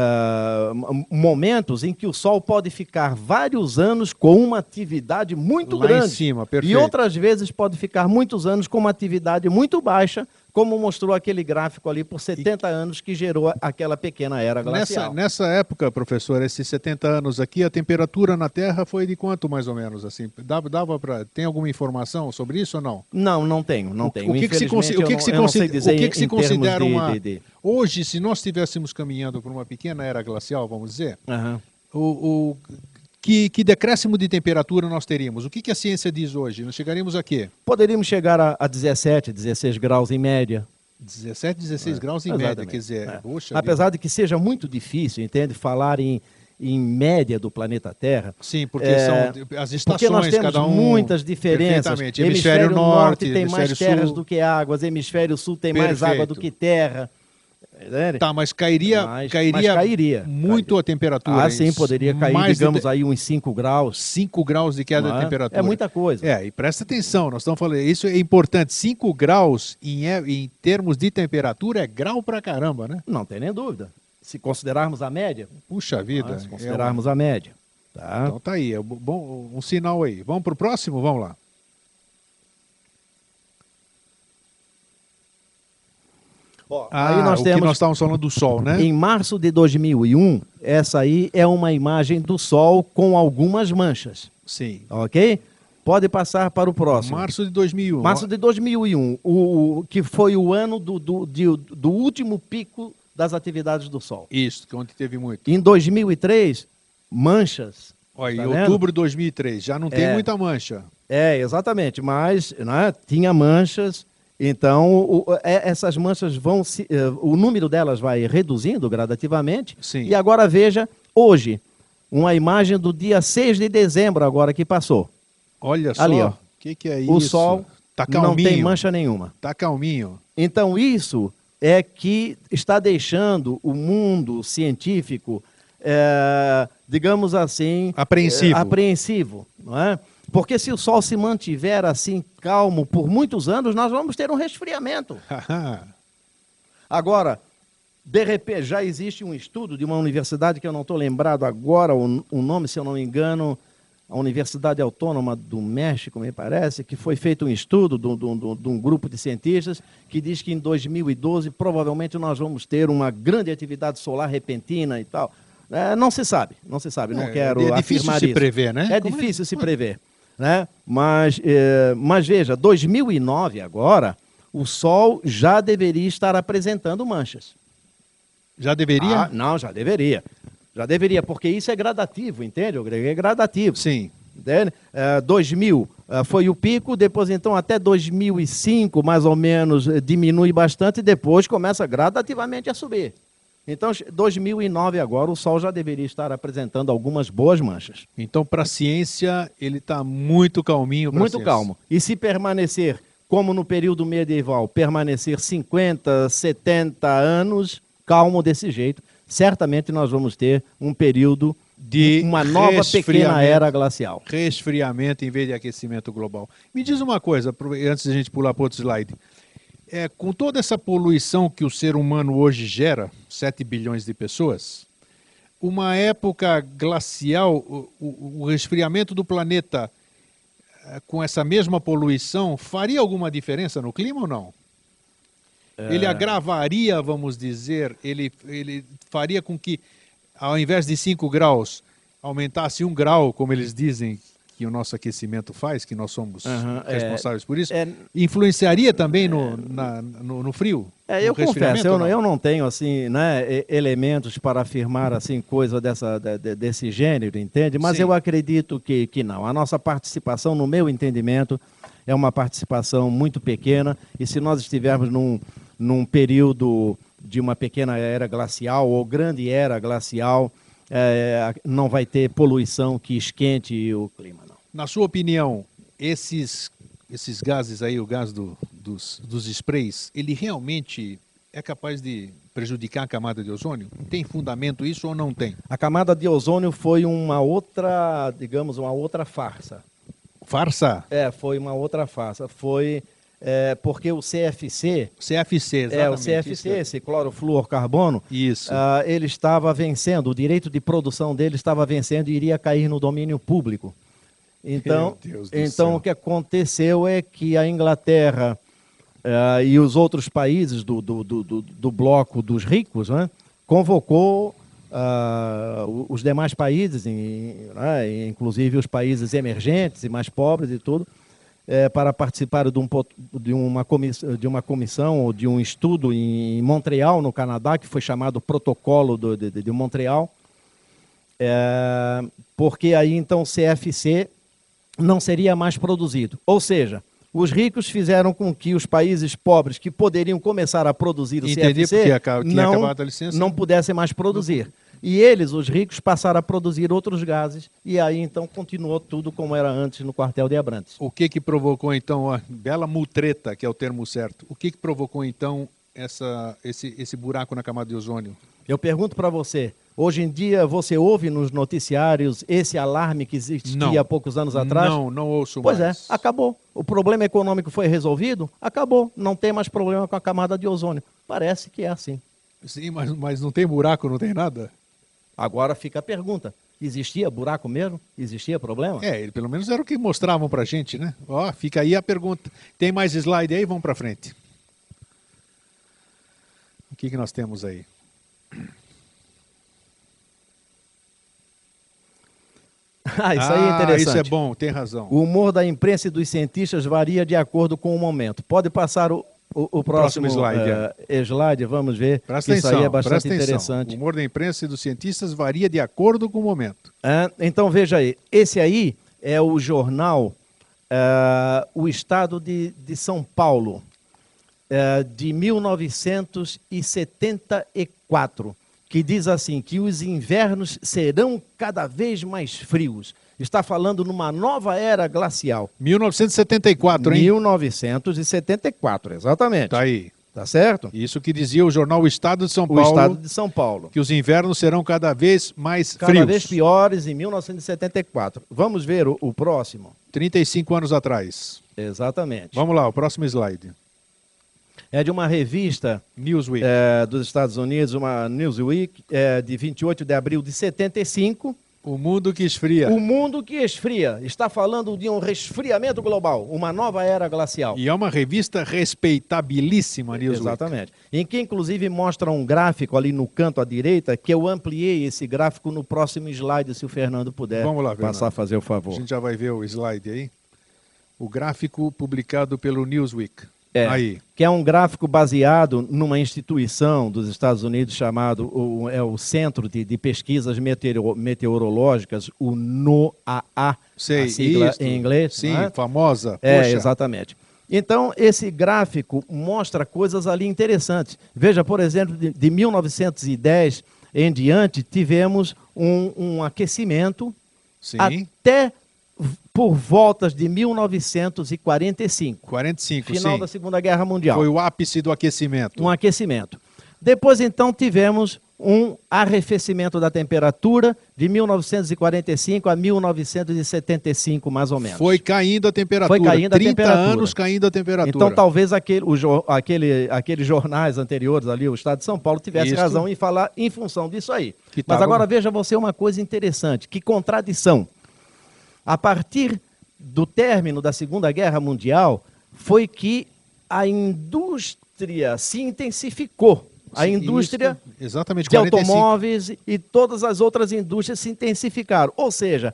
Speaker 1: uh, momentos em que o Sol pode ficar vários anos com uma atividade muito
Speaker 2: Lá
Speaker 1: grande.
Speaker 2: Em cima, perfeito.
Speaker 1: E outras vezes pode ficar muitos anos com uma atividade muito baixa, como mostrou aquele gráfico ali por setenta e... anos que gerou aquela pequena era glacial.
Speaker 2: Nessa, nessa época, professor, esses setenta anos aqui, a temperatura na Terra foi de quanto mais ou menos? Assim, dava, dava para tem alguma informação sobre isso ou não?
Speaker 1: Não, não tenho, não
Speaker 2: o,
Speaker 1: tenho.
Speaker 2: O que, que se, consi... o que, que se, considera, o que que se considera
Speaker 1: de,
Speaker 2: uma...
Speaker 1: De, de...
Speaker 2: Hoje, se nós estivéssemos caminhando por uma pequena era glacial, vamos dizer,
Speaker 1: uhum.
Speaker 2: o... o... Que, que decréscimo de temperatura nós teríamos? O que, que a ciência diz hoje? Nós chegaríamos a quê?
Speaker 1: Poderíamos chegar a, a dezessete, dezesseis graus em média.
Speaker 2: dezessete, dezesseis é, graus em média, quer dizer...
Speaker 1: É.
Speaker 2: Puxa
Speaker 1: Apesar
Speaker 2: vida.
Speaker 1: de que seja muito difícil, entende, falar em, em média do planeta Terra.
Speaker 2: Sim, porque
Speaker 1: é,
Speaker 2: são as estações,
Speaker 1: porque nós temos
Speaker 2: cada um...
Speaker 1: muitas diferenças.
Speaker 2: Hemisfério,
Speaker 1: hemisfério norte, norte tem
Speaker 2: hemisfério
Speaker 1: mais terras
Speaker 2: sul.
Speaker 1: do que águas, hemisfério sul tem
Speaker 2: Perfeito.
Speaker 1: mais água do que terra.
Speaker 2: Tá, mas cairia,
Speaker 1: mas,
Speaker 2: cairia,
Speaker 1: mas cairia
Speaker 2: muito
Speaker 1: cairia.
Speaker 2: a temperatura.
Speaker 1: Ah, sim, poderia cair,
Speaker 2: mais
Speaker 1: digamos
Speaker 2: de...
Speaker 1: aí, uns cinco graus.
Speaker 2: cinco graus de queda
Speaker 1: não
Speaker 2: de
Speaker 1: é?
Speaker 2: temperatura.
Speaker 1: É muita coisa.
Speaker 2: É, e presta atenção, nós estamos falando, isso é importante, cinco graus em, em termos de temperatura é grau pra caramba, né?
Speaker 1: Não tem nem dúvida. Se considerarmos a média.
Speaker 2: Puxa vida.
Speaker 1: Ah, se considerarmos é um... a média. Tá?
Speaker 2: Então tá aí, é bom, um sinal aí. Vamos pro próximo? Vamos lá.
Speaker 1: Ó,
Speaker 2: ah,
Speaker 1: aí nós
Speaker 2: o
Speaker 1: temos,
Speaker 2: que nós estávamos falando do Sol, né?
Speaker 1: Em março de dois mil e um, essa aí é uma imagem do Sol com algumas manchas.
Speaker 2: Sim.
Speaker 1: Ok? Pode passar para o próximo.
Speaker 2: Março de dois mil e um.
Speaker 1: Março de dois mil e um, o, que foi o ano do, do, de, do último pico das atividades do Sol.
Speaker 2: Isso, que onde teve muito.
Speaker 1: Em dois mil e três, manchas.
Speaker 2: Olha,
Speaker 1: tá
Speaker 2: em
Speaker 1: vendo?
Speaker 2: outubro de dois mil e três, já não tem
Speaker 1: é,
Speaker 2: muita mancha.
Speaker 1: É, exatamente, mas né, tinha manchas. Então, o, é, essas manchas vão se, o número delas vai reduzindo gradativamente.
Speaker 2: Sim.
Speaker 1: E agora veja, hoje, uma imagem do dia seis de dezembro agora que passou.
Speaker 2: Olha só,
Speaker 1: ali, ó.
Speaker 2: que que, que é isso?
Speaker 1: O Sol
Speaker 2: tá
Speaker 1: não tem mancha nenhuma.
Speaker 2: Tá calminho.
Speaker 1: Então isso é que está deixando o mundo científico, é, digamos assim,
Speaker 2: apreensivo.
Speaker 1: É, apreensivo, não é? Porque se o Sol se mantiver assim calmo por muitos anos, nós vamos ter um resfriamento. Agora, de repente, já existe um estudo de uma universidade que eu não estou lembrado agora, o, o nome, se eu não me engano, a Universidade Autônoma do México, me parece, que foi feito um estudo de, de, de um grupo de cientistas que diz que em dois mil e doze provavelmente nós vamos ter uma grande atividade solar repentina e tal. É, não se sabe, não se sabe, não
Speaker 2: é,
Speaker 1: quero
Speaker 2: é
Speaker 1: afirmar
Speaker 2: se
Speaker 1: isso.
Speaker 2: Prever, né?
Speaker 1: É
Speaker 2: Como
Speaker 1: difícil
Speaker 2: é?
Speaker 1: se prever, né? Mas, é, mas veja, dois mil e nove agora, o Sol já deveria estar apresentando manchas.
Speaker 2: Já deveria?
Speaker 1: Ah, não, já deveria. Já deveria, porque isso é gradativo, entende? É gradativo.
Speaker 2: Sim.
Speaker 1: Entende? É, dois mil uh, foi o pico, depois então até dois mil e cinco, mais ou menos, diminui bastante e depois começa gradativamente a subir. Então, dois mil e nove agora, o Sol já deveria estar apresentando algumas boas manchas.
Speaker 2: Então, para a ciência, ele está muito calminho.
Speaker 1: Muito calmo. E se permanecer, como no período medieval, permanecer cinquenta, setenta anos, calmo desse jeito, certamente nós vamos ter um período de uma nova pequena era glacial.
Speaker 2: Resfriamento em vez de aquecimento global. Me diz uma coisa, antes de a gente pular para outro slide. É, com toda essa poluição que o ser humano hoje gera, sete bilhões de pessoas, uma época glacial, o, o, o resfriamento do planeta é, com essa mesma poluição, faria alguma diferença no clima ou não? É... Ele agravaria, vamos dizer, ele, ele faria com que, ao invés de cinco graus, aumentasse um grau, como eles dizem que o nosso aquecimento faz, que nós somos uhum, responsáveis é, por isso, é, influenciaria também no, é, na, no, no frio?
Speaker 1: É, eu confesso, eu não? eu não tenho assim, né, elementos para afirmar assim, coisa dessa, de, desse gênero, entende? Mas Sim. eu acredito que, que não. A nossa participação, no meu entendimento, é uma participação muito pequena, e se nós estivermos num, num período de uma pequena era glacial ou grande era glacial, É, não vai ter poluição que esquente o clima, não.
Speaker 2: Na sua opinião, esses, esses gases aí, o gás do, dos, dos sprays, ele realmente é capaz de prejudicar a camada de ozônio? Tem fundamento isso ou não tem?
Speaker 1: A camada de ozônio foi uma outra, digamos, uma outra farsa.
Speaker 2: Farsa?
Speaker 1: É, foi uma outra farsa. Foi... É, porque o C F C...
Speaker 2: C F C, exatamente.
Speaker 1: É, o C F C, esse clorofluorcarbono,
Speaker 2: isso.
Speaker 1: Uh, ele estava vencendo, o direito de produção dele estava vencendo e iria cair no domínio público. Então, então o que aconteceu é que a Inglaterra uh, e os outros países do, do, do, do, do bloco dos ricos, né, convocou uh, os demais países, em, né, inclusive os países emergentes e mais pobres e tudo, É, para participar de, um, de, uma comissão, de uma comissão ou de um estudo em Montreal, no Canadá, que foi chamado Protocolo do, de, de Montreal, é, porque aí então o C F C não seria mais produzido. Ou seja, os ricos fizeram com que os países pobres que poderiam começar a produzir o
Speaker 2: Entendi,
Speaker 1: C F C
Speaker 2: porque
Speaker 1: não,
Speaker 2: acabado a licença.
Speaker 1: não pudessem mais produzir. E eles, os ricos, passaram a produzir outros gases e aí então continuou tudo como era antes no quartel de Abrantes.
Speaker 2: O que que provocou então, ó, bela mutreta, que é o termo certo, o que que provocou então essa, esse, esse buraco na camada de ozônio?
Speaker 1: Eu pergunto para você, hoje em dia você ouve nos noticiários esse alarme que existia não. há poucos anos atrás?
Speaker 2: Não, não ouço
Speaker 1: pois
Speaker 2: mais.
Speaker 1: Pois é, acabou. O problema econômico foi resolvido? Acabou. Não tem mais problema com a camada de ozônio. Parece que é assim.
Speaker 2: Sim, mas, mas não tem buraco, não tem nada?
Speaker 1: Agora fica a pergunta, existia buraco mesmo? Existia problema?
Speaker 2: É, pelo menos era o que mostravam pra gente, né? Ó, fica aí a pergunta. Tem mais slide aí? Vamos pra frente. O que que nós temos aí?
Speaker 1: Ah, isso aí é interessante.
Speaker 2: Isso é bom, tem razão.
Speaker 1: O humor da imprensa e dos cientistas varia de acordo com o momento. Pode passar o O, o próximo, próximo slide, uh, é. slide, vamos ver.
Speaker 2: Presta
Speaker 1: isso
Speaker 2: atenção,
Speaker 1: aí é bastante
Speaker 2: interessante.
Speaker 1: Atenção.
Speaker 2: O humor da imprensa e dos cientistas varia de acordo com o momento.
Speaker 1: Uh, então veja aí, esse aí é o jornal uh, O Estado de, de São Paulo, uh, de mil novecentos e setenta e quatro, que diz assim, que os invernos serão cada vez mais frios está falando numa nova era glacial.
Speaker 2: mil novecentos e setenta e quatro, hein?
Speaker 1: mil novecentos e setenta e quatro, exatamente.
Speaker 2: Tá aí.
Speaker 1: Tá certo?
Speaker 2: Isso que dizia o jornal O Estado de São
Speaker 1: O
Speaker 2: Paulo.
Speaker 1: Estado de São Paulo.
Speaker 2: Que os invernos serão cada vez mais
Speaker 1: Cada
Speaker 2: frios.
Speaker 1: vez piores em mil novecentos e setenta e quatro. Vamos ver o, o próximo.
Speaker 2: trinta e cinco anos atrás.
Speaker 1: Exatamente.
Speaker 2: Vamos lá, o próximo slide.
Speaker 1: É de uma revista
Speaker 2: Newsweek.
Speaker 1: é, dos Estados Unidos, uma Newsweek, é, de vinte e oito de abril de setenta e cinco.
Speaker 2: O mundo que esfria.
Speaker 1: O mundo que esfria. Está falando de um resfriamento global, uma nova era glacial.
Speaker 2: E é uma revista respeitabilíssima, Newsweek.
Speaker 1: Exatamente. Em que, inclusive, mostra um gráfico ali no canto à direita, que eu ampliei esse gráfico no próximo slide, se o Fernando puder
Speaker 2: Vamos lá, Fernando.
Speaker 1: passar a fazer o
Speaker 2: A
Speaker 1: favor.
Speaker 2: gente já vai ver o slide aí. O gráfico publicado pelo Newsweek.
Speaker 1: É,
Speaker 2: Aí.
Speaker 1: que é um gráfico baseado numa instituição dos Estados Unidos chamado o, é o Centro de, de Pesquisas Meteoro, Meteorológicas, o NOAA,
Speaker 2: Sei,
Speaker 1: a sigla
Speaker 2: isto.
Speaker 1: em inglês.
Speaker 2: Sim,
Speaker 1: não é?
Speaker 2: famosa.
Speaker 1: É,
Speaker 2: Poxa.
Speaker 1: exatamente. Então, esse gráfico mostra coisas ali interessantes. Veja, por exemplo, de, de mil novecentos e dez em diante, tivemos um, um aquecimento
Speaker 2: Sim.
Speaker 1: até por voltas de mil novecentos e quarenta e cinco.
Speaker 2: quarenta e cinco,
Speaker 1: Final
Speaker 2: sim.
Speaker 1: da Segunda Guerra Mundial.
Speaker 2: Foi o ápice do aquecimento.
Speaker 1: Um aquecimento. Depois, então, tivemos um arrefecimento da temperatura de mil novecentos e quarenta e cinco a mil novecentos e setenta e cinco, mais ou menos.
Speaker 2: Foi caindo a temperatura.
Speaker 1: Foi caindo a
Speaker 2: trinta
Speaker 1: temperatura.
Speaker 2: anos caindo a temperatura.
Speaker 1: Então, talvez aquele, o, jo- aquele, aqueles jornais anteriores ali, o Estado de São Paulo, tivesse
Speaker 2: Isso.
Speaker 1: razão em falar em função disso aí.
Speaker 2: Que
Speaker 1: Mas
Speaker 2: tava-
Speaker 1: agora veja você uma coisa interessante, que contradição. A partir do término da Segunda Guerra Mundial, foi que a indústria se intensificou. A
Speaker 2: Sim,
Speaker 1: indústria
Speaker 2: isso, exatamente,
Speaker 1: de
Speaker 2: quarenta e cinco.
Speaker 1: automóveis e todas as outras indústrias se intensificaram. Ou seja,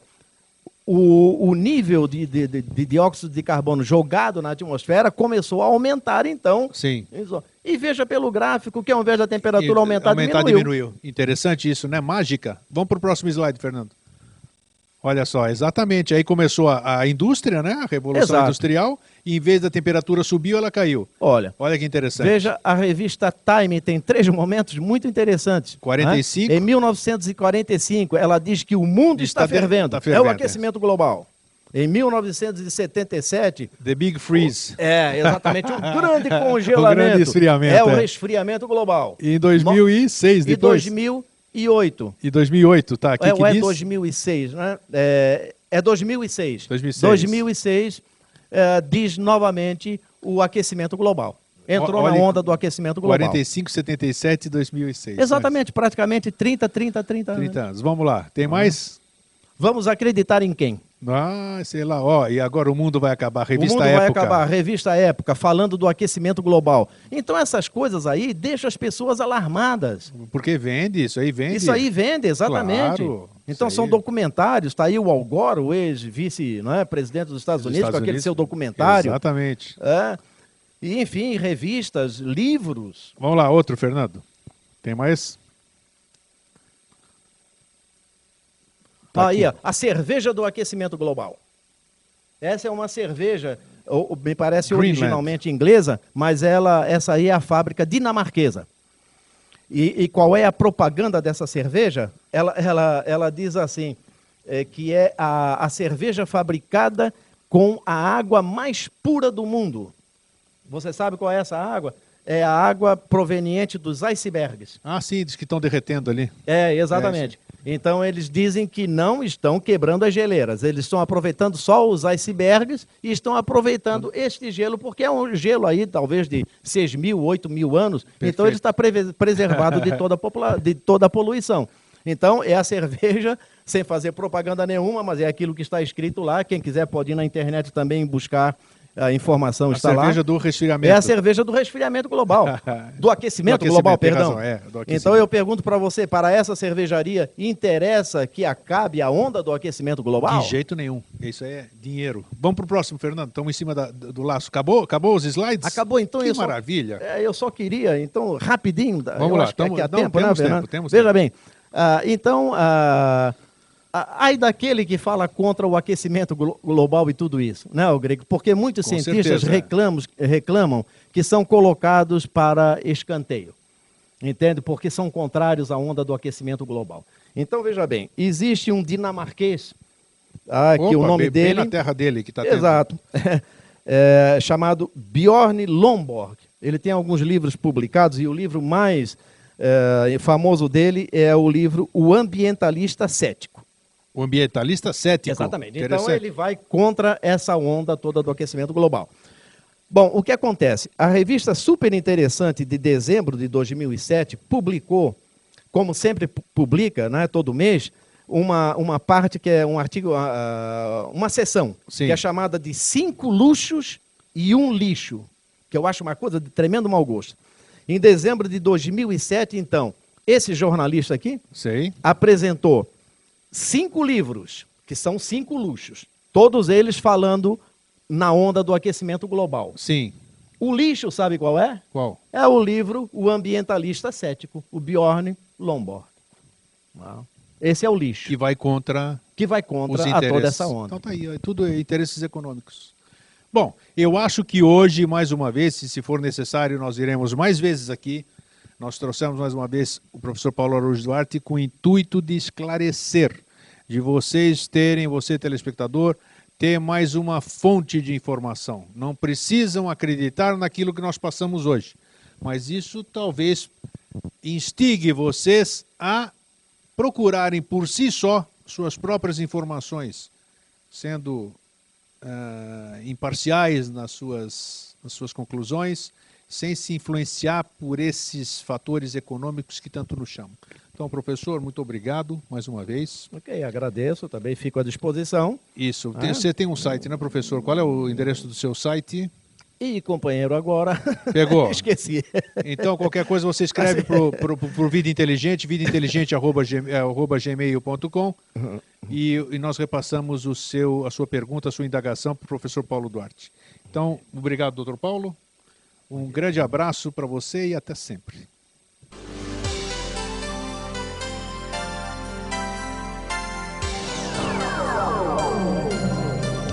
Speaker 1: o, o nível de, de, de, de dióxido de carbono jogado na atmosfera começou a aumentar, então.
Speaker 2: Sim.
Speaker 1: E veja pelo gráfico que ao invés da temperatura
Speaker 2: E,
Speaker 1: aumentar,
Speaker 2: aumentar
Speaker 1: diminuiu.
Speaker 2: diminuiu. Interessante isso, né? Mágica. Vamos para o próximo slide, Fernando. Olha só, exatamente. Aí começou a, a indústria, né? A revolução
Speaker 1: Exato.
Speaker 2: industrial. E em vez da temperatura subir, ela caiu.
Speaker 1: Olha,
Speaker 2: Olha que interessante.
Speaker 1: veja, a revista Time tem três momentos muito interessantes.
Speaker 2: quarenta e cinco.
Speaker 1: Né? Em mil novecentos e quarenta e cinco, ela diz que o mundo está,
Speaker 2: Está de-
Speaker 1: fervendo.
Speaker 2: está
Speaker 1: É
Speaker 2: fervendo,
Speaker 1: o aquecimento global. Em mil novecentos e setenta e sete,
Speaker 2: The Big Freeze.
Speaker 1: é exatamente o grande congelamento.
Speaker 2: O grande esfriamento,
Speaker 1: É o
Speaker 2: é.
Speaker 1: resfriamento global.
Speaker 2: E em dois mil e seis,
Speaker 1: E
Speaker 2: depois?
Speaker 1: dois mil e oito.
Speaker 2: E dois mil e oito, tá? Aqui
Speaker 1: É,
Speaker 2: que
Speaker 1: ou é
Speaker 2: diz?
Speaker 1: dois mil e seis, né? É, é dois mil e seis.
Speaker 2: dois mil e seis.
Speaker 1: dois mil e seis é, diz novamente o aquecimento global. Entrou
Speaker 2: Olha,
Speaker 1: na onda do aquecimento global.
Speaker 2: quarenta e cinco, setenta e sete e dois mil e seis.
Speaker 1: Exatamente, praticamente trinta, trinta, trinta.
Speaker 2: trinta
Speaker 1: anos.
Speaker 2: anos. Vamos lá. Tem mais?
Speaker 1: Vamos acreditar em quem?
Speaker 2: Ah, sei lá. Ó, e agora o mundo vai acabar. Revista
Speaker 1: o mundo
Speaker 2: Época.
Speaker 1: vai acabar, revista Época, falando do aquecimento global. Então essas coisas aí deixam as pessoas alarmadas.
Speaker 2: Porque vende, isso aí vende.
Speaker 1: Isso aí vende, exatamente.
Speaker 2: Claro,
Speaker 1: então
Speaker 2: isso
Speaker 1: são
Speaker 2: aí.
Speaker 1: documentários, está aí o Al Gore, o ex-vice, não é, presidente dos Estados
Speaker 2: Dos
Speaker 1: Unidos,
Speaker 2: Estados
Speaker 1: com aquele
Speaker 2: Unidos.
Speaker 1: seu documentário.
Speaker 2: Exatamente.
Speaker 1: É. E, enfim, revistas, livros.
Speaker 2: Vamos lá, outro, Fernando. Tem mais? Tá
Speaker 1: Aí,
Speaker 2: aqui.
Speaker 1: ó, a cerveja do aquecimento global. Essa é uma cerveja, ou- ou me parece
Speaker 2: Greenland.
Speaker 1: originalmente inglesa, mas ela, essa aí é a fábrica dinamarquesa. E, e qual é a propaganda dessa cerveja? Ela, ela, ela diz assim, é, que é a, a cerveja fabricada com a água mais pura do mundo. Você sabe qual é essa água? É a água proveniente dos icebergs.
Speaker 2: Ah, sim, diz que estão derretendo ali.
Speaker 1: É, exatamente. Então eles dizem que não estão quebrando as geleiras, eles estão aproveitando só os icebergs e estão aproveitando este gelo, porque é um gelo aí talvez de seis mil, oito mil anos,
Speaker 2: Perfeito.
Speaker 1: então ele está preve- preservado de toda, a popula- de toda a poluição. Então é a cerveja, sem fazer propaganda nenhuma, mas é aquilo que está escrito lá, quem quiser pode ir na internet também buscar a informação,
Speaker 2: A
Speaker 1: está lá.
Speaker 2: cerveja do resfriamento.
Speaker 1: É a cerveja do resfriamento global, do aquecimento,
Speaker 2: Do aquecimento,
Speaker 1: global,
Speaker 2: tem
Speaker 1: perdão.
Speaker 2: razão, é, do aquecimento.
Speaker 1: Então eu pergunto para você, para essa cervejaria, interessa que acabe a onda do aquecimento global?
Speaker 2: De jeito nenhum. Isso aí é dinheiro. Vamos pro próximo, Fernando. Estamos em cima da- do laço. Acabou? Acabou os slides?
Speaker 1: Acabou, então
Speaker 2: Que
Speaker 1: eu só-
Speaker 2: maravilha.
Speaker 1: É, eu só queria, então, rapidinho,
Speaker 2: Vamos
Speaker 1: eu
Speaker 2: lá,
Speaker 1: acho que
Speaker 2: tamo-
Speaker 1: aqui há
Speaker 2: não,
Speaker 1: tempo, né,
Speaker 2: temos
Speaker 1: Fernando?
Speaker 2: tempo, temos
Speaker 1: Veja
Speaker 2: tempo.
Speaker 1: bem, ah, então, ah, ah, ai daquele que fala contra o aquecimento glo- global e tudo isso, né, o Grego? Porque muitos
Speaker 2: Com
Speaker 1: cientistas
Speaker 2: certeza.
Speaker 1: reclamam, reclamam que são colocados para escanteio, entende? Porque são contrários à onda do aquecimento global. Então, veja bem, existe um dinamarquês Ah, que
Speaker 2: Opa,
Speaker 1: o nome
Speaker 2: bem,
Speaker 1: dele...
Speaker 2: bem na terra dele que está tendo.
Speaker 1: Exato. É, chamado Bjorn Lomborg. Ele tem alguns livros publicados e o livro mais é, famoso dele é o livro O Ambientalista Cético.
Speaker 2: O ambientalista cético.
Speaker 1: Exatamente. Então ele vai contra essa onda toda do aquecimento global. Bom, o que acontece? A revista super interessante de dezembro de dois mil e sete publicou, como sempre publica, né, todo mês, uma, uma parte que é um artigo, uh, uma seção,
Speaker 2: Sim.
Speaker 1: que é chamada de Cinco Luxos e um Lixo, que eu acho uma coisa de tremendo mau gosto. Em dezembro de dois mil e sete, então, esse jornalista aqui
Speaker 2: Sei.
Speaker 1: apresentou cinco livros, que são cinco luxos, todos eles falando na onda do aquecimento global.
Speaker 2: Sim.
Speaker 1: O lixo, sabe qual é?
Speaker 2: Qual?
Speaker 1: É o livro O Ambientalista Cético, o Bjorn Lomborg. Esse é o lixo.
Speaker 2: Que vai contra
Speaker 1: Que vai contra
Speaker 2: os
Speaker 1: a
Speaker 2: interesses.
Speaker 1: toda essa onda.
Speaker 2: Então tá aí, é tudo interesses econômicos. Bom, eu acho que hoje, mais uma vez, se for necessário, nós iremos mais vezes aqui. Nós trouxemos mais uma vez o professor Paulo Araújo Duarte com o intuito de esclarecer, de vocês terem, você telespectador, ter mais uma fonte de informação. Não precisam acreditar naquilo que nós passamos hoje, mas isso talvez instigue vocês a procurarem por si só suas próprias informações, sendo uh, imparciais nas suas, nas suas conclusões, sem se influenciar por esses fatores econômicos que tanto nos chamam. Então, professor, muito obrigado mais uma vez.
Speaker 1: Ok, agradeço, também fico à disposição.
Speaker 2: Isso,
Speaker 1: Ah.
Speaker 2: você tem um site, né, professor? Qual é o endereço do seu site?
Speaker 1: E, companheiro, agora...
Speaker 2: Pegou?
Speaker 1: Esqueci.
Speaker 2: Então, qualquer coisa você escreve para o Vida Inteligente, vidainteligente arroba gmail ponto com e, e nós repassamos o seu, a sua pergunta, a sua indagação para o professor Paulo Duarte. Então, obrigado, doutor Paulo. Um grande abraço para você e até sempre.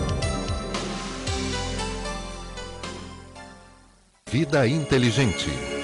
Speaker 3: Vida Inteligente.